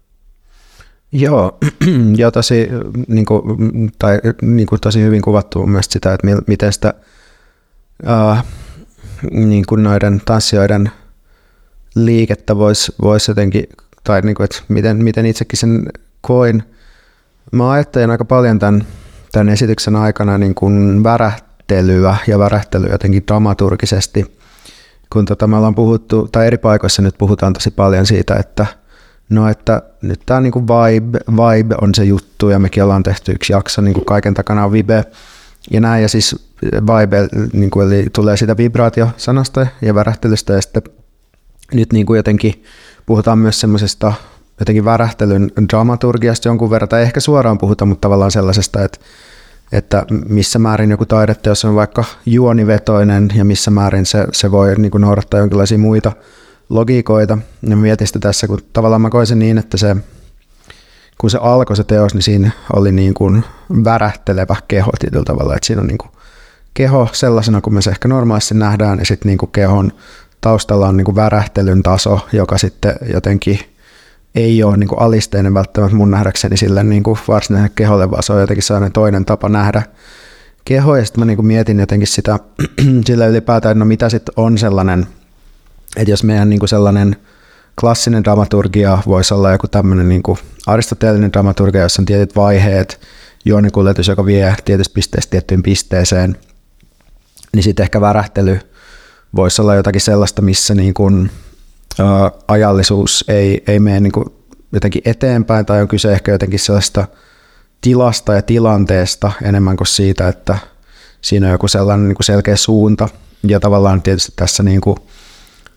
Joo, ja tosi, niin kuin, tai, niin kuin tosi hyvin kuvattu mun mielestä sitä, että miten sitä äh, niin kuin noiden tanssijoiden liikettä voisi vois jotenkin, tai niin kuin, että miten, miten itsekin sen koin. Mä ajattelin aika paljon tämän, tämän esityksen aikana niin kuin värähtelyä ja värähtelyä jotenkin dramaturgisesti, kun tota me ollaan puhuttu, tai eri paikoissa nyt puhutaan tosi paljon siitä, että no, että nyt tämä niinku vibe, vibe on se juttu, ja mekin ollaan tehty yksi jakso, niinku kaiken takana on vibe, ja näin, ja siis vibe niinku, eli tulee siitä vibraatiosanasta ja värähtelystä, ja sitten nyt niinku jotenkin puhutaan myös semmoisesta jotenkin värähtelyn dramaturgiasta jonkun verran, tai ehkä suoraan puhuta, mutta tavallaan sellaisesta, että, että missä määrin joku taideteos on vaikka juonivetoinen, ja missä määrin se, se voi niinku noudattaa jonkinlaisia muita logiikoita. Ja mietin sitä tässä, kun tavallaan mä koin sen niin, että se, kun se alkoi se teos, niin siinä oli niin kuin värähtelevä keho tietyllä tavalla. Että siinä on niin kuin keho sellaisena, kun me se ehkä normaalisti nähdään, ja sitten niin kuin kehon taustalla on niin kuin värähtelyn taso, joka sitten jotenkin ei ole niin kuin alisteinen välttämättä mun nähdäkseni sille niin kuin varsinaiselle keholle, vaan se on jotenkin sellainen toinen tapa nähdä keho. Ja sitten mä niin kuin mietin jotenkin sitä sillä ylipäätään, no mitä sitten on sellainen, että jos meidän niin kuin sellainen klassinen dramaturgia voisi olla joku tämmöinen niin kuin aristoteellinen dramaturgia, jossa on tietyt vaiheet, juonikuljetus, joka vie tietystä pisteestä tiettyyn pisteeseen, niin sitten ehkä värähtely voisi olla jotakin sellaista, missä niin kuin, ä, ajallisuus ei, ei mene niin kuin jotenkin eteenpäin, tai on kyse ehkä jotenkin sellaista tilasta ja tilanteesta enemmän kuin siitä, että siinä on joku sellainen niin kuin selkeä suunta, ja tavallaan tietysti tässä niin kuin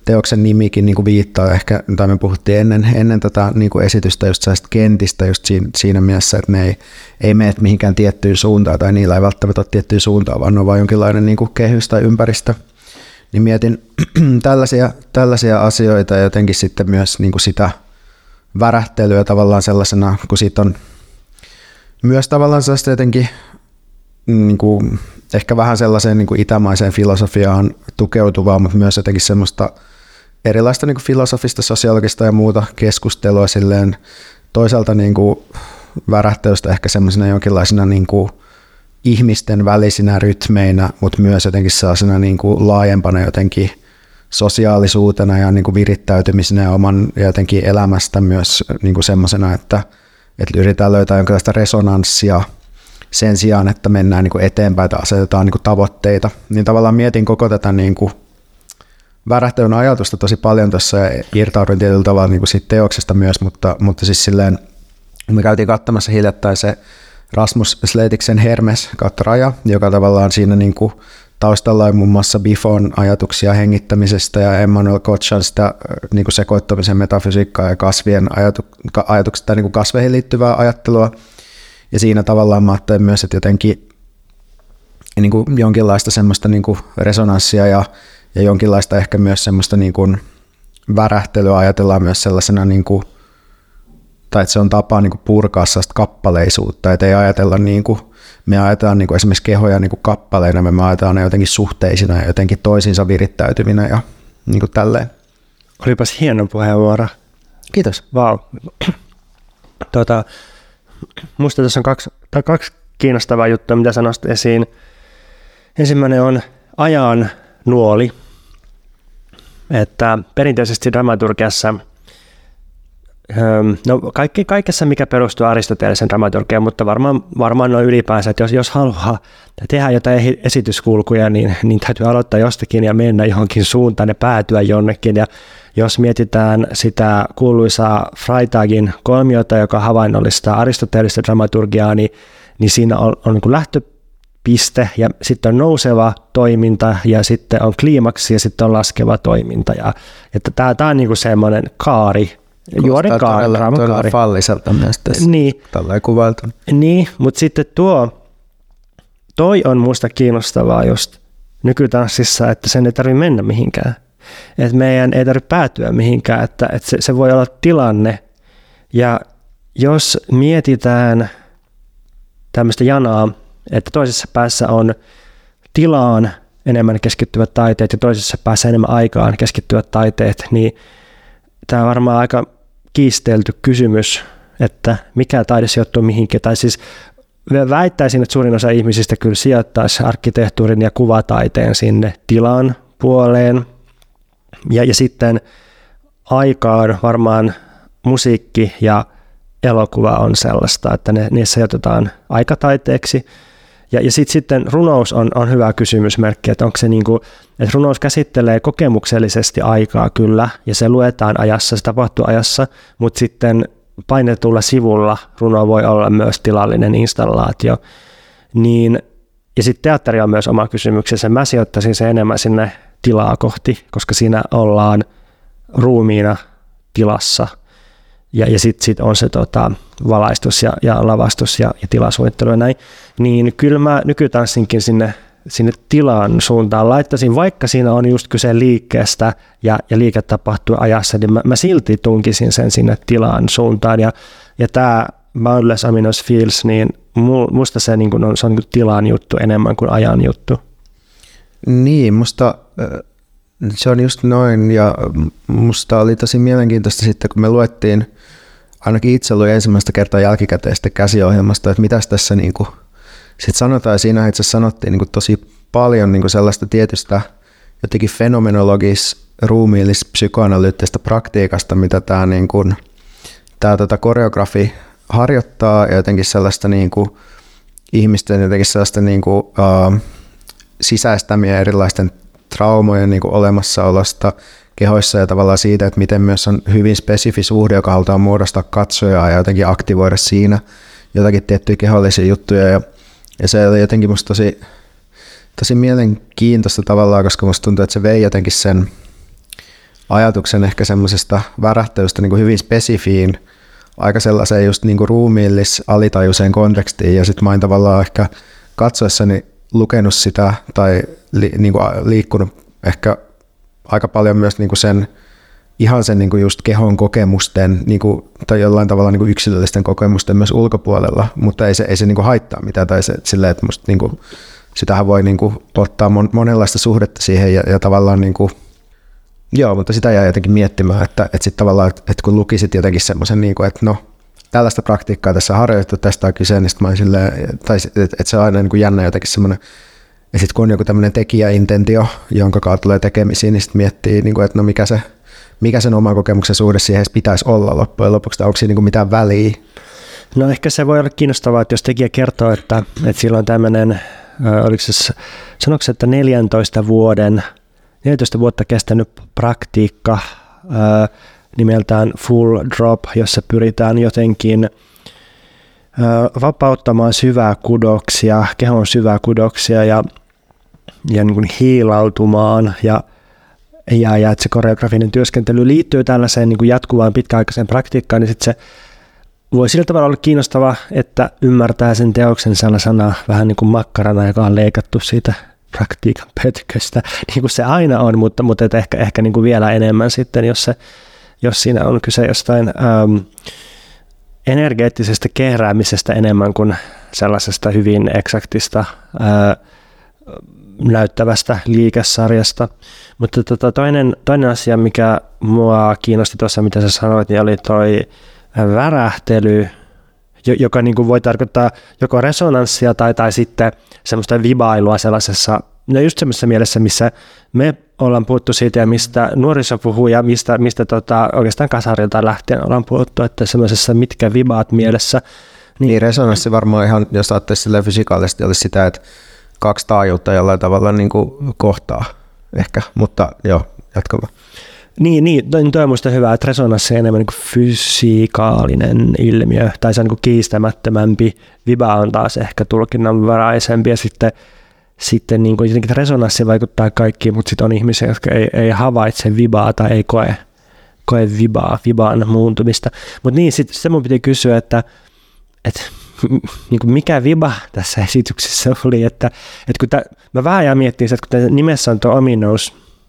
teoksen nimikin niin kuin viittaa ehkä, tai me puhuttiin ennen, ennen tätä niin kuin esitystä just sellaista kentistä just siinä, siinä mielessä, että ne ei, ei mene mihinkään tiettyyn suuntaan, tai niillä ei välttämättä ole tiettyyn suuntaan, vaan ne on vain jonkinlainen niin kuin kehys tai ympäristö. Niin mietin tällaisia, tällaisia asioita ja jotenkin sitten myös niin kuin sitä värähtelyä tavallaan sellaisena, kun siitä on myös tavallaan sellaista jotenkin niin kuin, ehkä vähän sellaiseen niin kuin itämaiseen filosofiaan tukeutuvaa, mutta myös jotenkin semmoista erilaista niin kuin filosofista, sosiologista ja muuta keskustelua silleen toisaalta niin kuin värähtelystä ehkä semmoisena jonkinlaisena niin kuin ihmisten välisinä rytmeinä, mutta myös jotenkin sellaisena niin kuin laajempana jotenkin sosiaalisuutena ja niin kuin virittäytymisenä ja oman jotenkin elämästä myös niin kuin semmoisena, että, että yritetään löytää jonkinlaista resonanssia sen sijaan, että mennään niin kuin eteenpäin tai asetetaan niin kuin tavoitteita. Niin tavallaan mietin koko tätä niin kuin värähtelyn ajatusta tosi paljon tuossa ja irtauduin tietyllä tavalla niin kuin siitä teoksesta myös, mutta, mutta siis silleen me käytiin katsomassa hiljattain se Rasmus Sleetiksen Hermes kautta Raja, joka tavallaan siinä niin kuin taustalla on muun muassa Bifon ajatuksia hengittämisestä ja Emmanuel Kotchan sitä niin kuin sekoittamisen metafysiikkaa ja kasvien ajatu, ajatuksista niin kuin kasveihin liittyvää ajattelua. Ja siinä tavallaan mä ajattelin myös, että jotenkin niin kuin jonkinlaista semmoista niin kuin resonanssia ja, ja jonkinlaista ehkä myös semmoista niin kuin värähtelyä ajatellaan myös sellaisena, niin kuin, tai että se on tapa niin kuin purkaa sellaista kappaleisuutta, että ei ajatella, niin kuin, me ajatellaan niin kuin esimerkiksi kehoja niin kuin kappaleina, me ajatellaan ne jotenkin suhteisina ja jotenkin toisiinsa virittäytyminä ja niin kuin tälleen. Olipas hieno puheenvuoro. Kiitos. Vau. Wow. Tuota, musta tässä on kaksi, tai kaksi kiinnostavaa juttua, mitä sä nostit esiin. Ensimmäinen on ajan nuoli. Että perinteisesti dramaturgiassa, no kaikki, kaikessa mikä perustuu aristoteellisen dramaturgiaan, mutta varmaan, varmaan noin ylipäänsä, että jos, jos haluaa tehdä jotain esityskulkuja, niin, niin täytyy aloittaa jostakin ja mennä johonkin suuntaan ja päätyä jonnekin. Ja jos mietitään sitä kuuluisaa Freitagin kolmiota, joka havainnollistaa aristoteellista dramaturgiaa, niin, niin siinä on, on niin kuin lähtöpiste ja sitten on nouseva toiminta ja sitten on kliimaksi ja sitten on laskeva toiminta. Ja, että tämä, tämä on niin kuin semmoinen kaari, juoden kaari, draaman kaari. Todella falliselta myös tässä niin, tällä kuvailtu. Niin, mutta sitten tuo, toi on musta kiinnostavaa just nykytanssissa, että sen ei tarvitse mennä mihinkään. Että meidän ei tarvitse päätyä mihinkään, että, että se, se voi olla tilanne. Ja jos mietitään tämmöistä janaa, että toisessa päässä on tilaan enemmän keskittyvät taiteet ja toisessa päässä enemmän aikaan keskittyvät taiteet, niin tämä on varmaan aika kiistelty kysymys, että mikä taide sijoittuu mihinkin. Tai siis väittäisin, että suurin osa ihmisistä kyllä sijoittaisi arkkitehtuurin ja kuvataiteen sinne tilan puoleen. Ja, ja sitten aikaan varmaan musiikki ja elokuva on sellaista, että ne, niissä sijoitetaan aikataiteeksi. Ja, ja sitten sitten runous on, on hyvä kysymysmerkki, että onko se niin kuin, että runous käsittelee kokemuksellisesti aikaa kyllä, ja se luetaan ajassa, se tapahtuu ajassa, mutta sitten painetulla sivulla runo voi olla myös tilallinen installaatio. Niin, ja sitten teatteri on myös oma kysymyksensä. Mä sijoittaisin se enemmän sinne tilaa kohti, koska siinä ollaan ruumiina tilassa. Ja, ja sitten sit on se tota, valaistus ja, ja lavastus ja, ja tilasuunnittelu ja näin. Niin kyllä mä nykytanssinkin sinne, sinne tilan suuntaan laittaisin, vaikka siinä on just kyse liikkeestä ja, ja liike tapahtuu ajassa, niin mä, mä silti tunkisin sen sinne tilan suuntaan. Ja, ja tämä Boundless Ominous Fields, niin musta se, niin kun on, se on niin tilan juttu enemmän kuin ajan juttu. Niin, musta se on just noin, ja musta oli tosi mielenkiintoista sitten, kun me luettiin, ainakin itse luin ensimmäistä kertaa jälkikäteistä käsiohjelmasta, että mitäs tässä niinku sitten sanotaan, ja siinä itse asiassa sanottiin niinku tosi paljon niinku sellaista tietystä jotenkin fenomenologis, ruumiillis, psykoanalyyttistä praktiikasta, mitä tämä niinku, tää tota koreografi harjoittaa, ja jotenkin sellaista niinku ihmisten jotenkin sellaista niinku, uh, sisäistämiä erilaisten traumojen niin kuin olemassaolosta kehoissa ja tavallaan siitä, että miten myös on hyvin spesifi suhde, joka halutaan muodostaa katsojaa ja jotenkin aktivoida siinä jotakin tiettyjä kehollisia juttuja. Ja, ja se oli jotenkin musta tosi, tosi mielenkiintoista tavallaan, koska musta tuntuu, että se vei jotenkin sen ajatuksen ehkä semmoisesta värähtelystä niin kuin hyvin spesifiin, aika sellaiseen just niin kuin ruumiillis alitajuiseen kontekstiin, ja sitten mä oon tavallaan ehkä katsoessani lukenut sitä tai li, niin kuin liikkunut ehkä aika paljon myös niin kuin sen ihan sen niin kuin just kehon kokemusten niin kuin, tai jollain tavalla niin kuin yksilöllisten kokemusten myös ulkopuolella, mutta ei se, ei se niin kuin haittaa mitään, tai se, silleen, että musta niin kuin, sitähän voi niin kuin ottaa mon, monenlaista suhdetta siihen ja, ja tavallaan niin kuin, joo, mutta sitä jää jotenkin miettimään, että, että sitten tavallaan, että, että kun lukisit jotenkin semmoisen, niin kuin, että no, tällaista praktiikkaa tässä harjoitettu, tästä on kyse, niin sitten mä silleen, tai että, että se on aina niin kuin jännä jotenkin semmoinen, ja sitten kun on joku tämmöinen tekijäintentio, jonka kautta tulee tekemisiin, niin sitten miettii, niin kuin, että no mikä se, mikä sen oman kokemuksen suhde siihen pitäisi olla loppujen lopuksi, tai onko siinä niin kuin mitään väliä? No ehkä se voi olla kiinnostavaa, että jos tekijä kertoo, että, että sillä on tämmöinen, oliko se, sanoiko se, että neljäntoista vuoden, neljätoista vuotta kestänyt praktiikka ää, nimeltään Full Drop, jossa pyritään jotenkin ää, vapauttamaan syvää kudoksia, kehon syvää kudoksia ja, ja niin kuin hiilautumaan ja Ja, ja että se koreografinen työskentely liittyy tällaiseen niin kuin jatkuvaan pitkäaikaiseen praktiikkaan, niin sitten se voi sillä tavalla olla kiinnostava, että ymmärtää sen teoksen sellaisena vähän niin kuin makkarana, joka on leikattu siitä praktiikan pötköstä, niin kuin se aina on, mutta, mutta että ehkä, ehkä niin kuin vielä enemmän sitten, jos, se, jos siinä on kyse jostain ähm, energeettisestä kehräämisestä enemmän kuin sellaisesta hyvin eksaktista äh, näyttävästä liikesarjasta. Mutta tota, toinen, toinen asia, mikä mua kiinnosti tuossa, mitä sä sanoit, niin oli toi värähtely, joka niin kuin voi tarkoittaa joko resonanssia tai, tai sitten semmoista vibailua sellaisessa, no just semmoisessa mielessä, missä me ollaan puhuttu siitä ja mistä nuoriso puhuu ja mistä, mistä tota, oikeastaan kasarilta lähtien ollaan puhuttu, että semmoisessa mitkä vibaat mielessä. Niin, niin resonanssi varmaan ihan, jos ajattelisi silleen fysikaalisesti, olisi sitä, että kaksi taajuutta jollain tavalla niin kuin kohtaa ehkä, mutta joo, jatka vaan. Niin, niin toi, toi on musta hyvä, että resonanssi on enemmän niin kuin fysikaalinen ilmiö, tai se on niin kuin kiistämättömämpi, viba on taas ehkä tulkinnanvaraisempi, ja sitten, sitten niin kuin jotenkin resonanssi vaikuttaa kaikkiin, mutta sitten on ihmisiä, jotka ei, ei havaitse vibaa tai ei koe, koe vibaa, vibaan muuntumista. Mutta niin, sitten sit mun piti kysyä, että, että niin kuin mikä viba tässä esityksessä oli, että, että kun tää, mä vähän jää miettimään, että kun tämä nimessä on tuo ominous,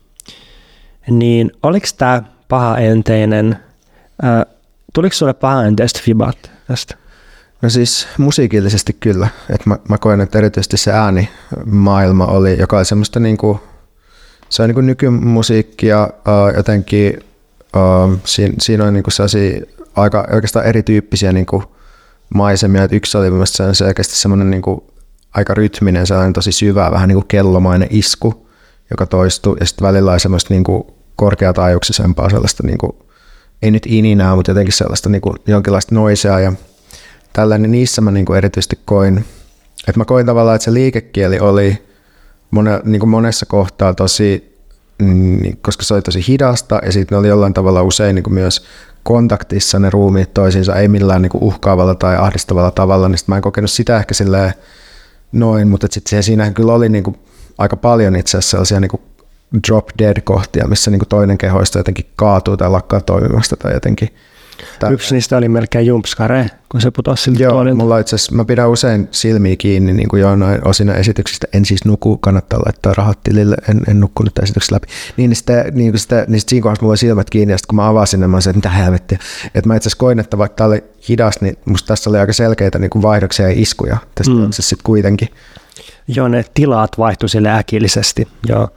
niin oliko tämä pahaenteinen, ää, tuliko sulle pahaenteiset vibat tästä? No siis musiikillisesti kyllä, että mä, mä koen, että erityisesti se äänimaailma oli, joka oli semmoista niinku, se on niinku nykymusiikkia uh, jotenkin, uh, siinä, siinä on niinku sellaisia aika oikeastaan erityyppisiä niinku maisemia, että yksi oli mielestäni selkeästi semmoinen niinku aika rytminen, sellainen tosi syvä, vähän niinku kellomainen isku, joka toistui, ja sitten välillä oli semmoista niinku korkeataajuuksisempaa sellaista, niinku, ei nyt ininää, mutta jotenkin sellaista niinku jonkinlaista noisea, ja tällainen niissä mä niinku erityisesti koin, että mä koin tavallaan, että se liikekieli oli mone, niinku monessa kohtaa tosi, mm, koska se oli tosi hidasta, ja sitten ne oli jollain tavalla usein niinku myös kontaktissa ne ruumiit toisiinsa, ei millään niinku uhkaavalla tai ahdistavalla tavalla, niin sit mä en kokenut sitä ehkä silleen noin, mutta sitten siinä kyllä oli niinku aika paljon itse asiassa sellaisia niinku drop dead kohtia, missä niinku toinen kehoista jotenkin kaatuu tai lakkaa toimimasta tai jotenkin. Tää. Yksi niistä oli melkein jumpskare, kun se putosi siltä Joo, tuolilta. mulla itse asiassa, mä pidän usein silmiä kiinni niin kuin joinain osina esityksistä. En siis nuku, kannattaa laittaa rahat tilille, en, en nukkunut esityksestä läpi. Niin, niin, sitten, niin, niin, sitten, niin sitten siinä kohdassa mulla oli silmät kiinni, ja sitten kun mä avasin ne, mä olisin, että mitä helvettiä. Että mä itse asiassa koin, että vaikka tää oli hidas, niin musta tässä oli aika selkeitä niin kuin vaihdoksia ja iskuja tästä mm. sitten kuitenkin. Joo, ne tilat vaihtui sille äkillisesti, joo.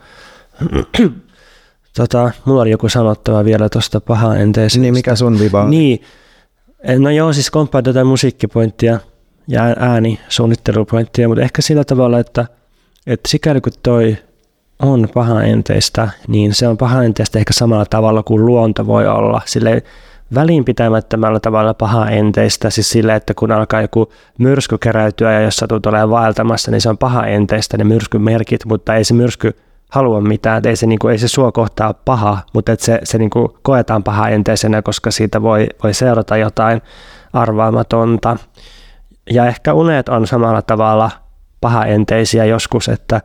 Tota, mulla oli joku sanottava vielä tuosta pahaenteisestä. Niin, mikä sun viba on? Niin, no joo, siis komppaan tätä musiikkipointtia ja äänisuunnittelupointtia, mutta ehkä sillä tavalla, että, että sikäli kun toi on pahaenteistä, niin se on pahaenteistä ehkä samalla tavalla kuin luonto voi olla. Silleen välinpitämättömällä tavalla pahaenteistä, siis sille, että kun alkaa joku myrsky keräytyä ja jos satut olemaan vaeltamassa, niin se on pahaenteistä ne myrskyn merkit, mutta ei se myrsky halua mitään, ei se, niin kuin, ei se sua kohtaa paha, mutta että se, se niin kuin koetaan pahaenteisenä, koska siitä voi, voi seurata jotain arvaamatonta. Ja ehkä unet on samalla tavalla pahaenteisiä joskus, että,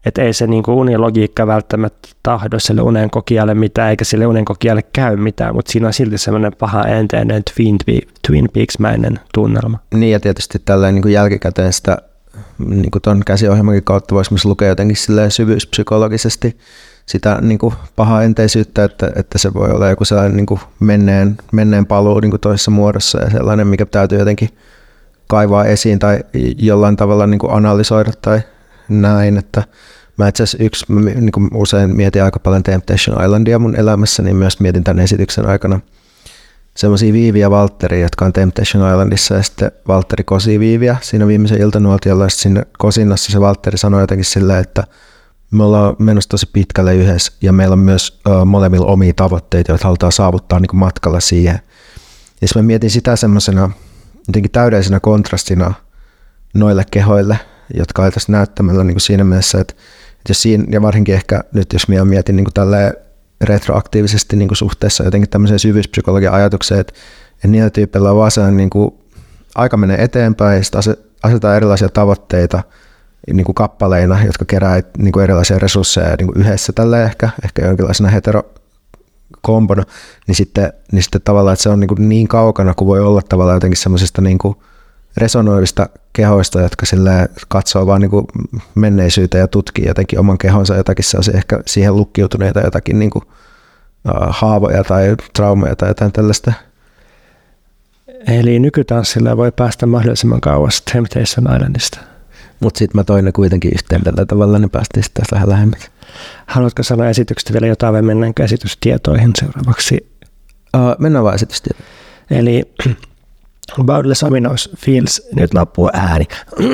Että ei se niinku unilogiikka välttämättä tahdo sille unenkokijalle mitään, eikä sille unenkokijalle käy mitään, mutta siinä on silti semmoinen paha enteinen Twin, Twin Peaks-mäinen tunnelma. Niin ja tietysti tällainen niin kuin jälkikäteen sitä niin kuin ton käsiohjelmankin kautta voisi myös lukea jotenkin silleen syvyyspsykologisesti sitä niin kuin pahaa enteisyyttä, että, että se voi olla joku sellainen niin kuin menneen, menneen paluu niin kuin toisessa muodossa ja sellainen, mikä täytyy jotenkin kaivaa esiin tai jollain tavalla niin kuin analysoida tai näin, että mä itse asiassa yksi, mä niin kuin usein mietin aika paljon Temptation Islandia mun elämässä, niin myös mietin tämän esityksen aikana semmoisia Viivi ja Valtteri, jotka on Temptation Islandissa ja sitten Valtteri kosii Viiviä siinä viimeisen iltanuotiolla ja sitten siinä kosinnassa se Valtteri sanoi jotenkin silleen, että me ollaan menossa tosi pitkälle yhdessä ja meillä on myös uh, molemmilla omia tavoitteita, joita halutaan saavuttaa niin kuin matkalla siihen. Ja sitten mä mietin sitä semmoisena jotenkin täydellisenä kontrastina noille kehoille, jotka oli tässä näyttämällä niin kuin siinä mielessä, että, että jos siinä, ja varsinkin ehkä nyt jos minä mietin niin kuin tälleen retroaktiivisesti niin kuin suhteessa jotenkin tämmöiseen syvyyspsykologian ajatukseen, että, että niillä tyypeillä on vaan sellainen niin kuin aika menee eteenpäin ja sitten asetetaan erilaisia tavoitteita niin kuin kappaleina, jotka kerää niin kuin erilaisia resursseja niin kuin yhdessä tälleen ehkä, ehkä jonkinlaisena heterokombona, niin sitten, niin sitten tavallaan, että se on niin, kuin niin kaukana kuin voi olla tavallaan jotenkin semmoisesta niin kuin resonoivista kehoista, jotka sillä katsoo vaan niin kuin menneisyyteen ja tutkii jotenkin oman kehonsa jotakin sellaisia ehkä siihen lukkiutuneita jotakin niin kuin, uh, haavoja tai traumeja tai jotain tällaista. Eli nykytanssilla voi päästä mahdollisimman kauas Temptation Islandista. Mutta sitten mä toin ne kuitenkin yhteen tällä tavalla, niin päästiin sitten taas vähän lähemmäs. Haluatko sanoa esityksestä vielä jotain vai mennäänkö esitystietoihin seuraavaksi? Uh, mennään vaan esitystietoihin. Eli Boundless Aminos Feels, nyt loppuu ääni.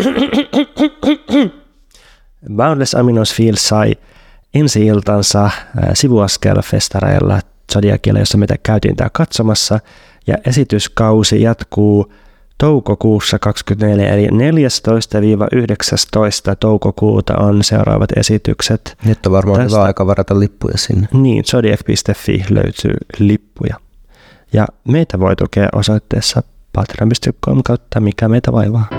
Boundless Aminos Feels sai ensi-iltansa sivuaskel-festareilla Zodiacilla, jossa meitä käytiin tää katsomassa, ja esityskausi jatkuu toukokuussa kaksikymmentäneljä, eli neljästoista yhdeksästoista toukokuuta on seuraavat esitykset. Nyt on varmaan tästä hyvä aika varata lippuja sinne. Niin, zodiac piste fi löytyy lippuja. Ja meitä voi tukea osoitteessa patreon piste com kautta mikä meitä vaivaa.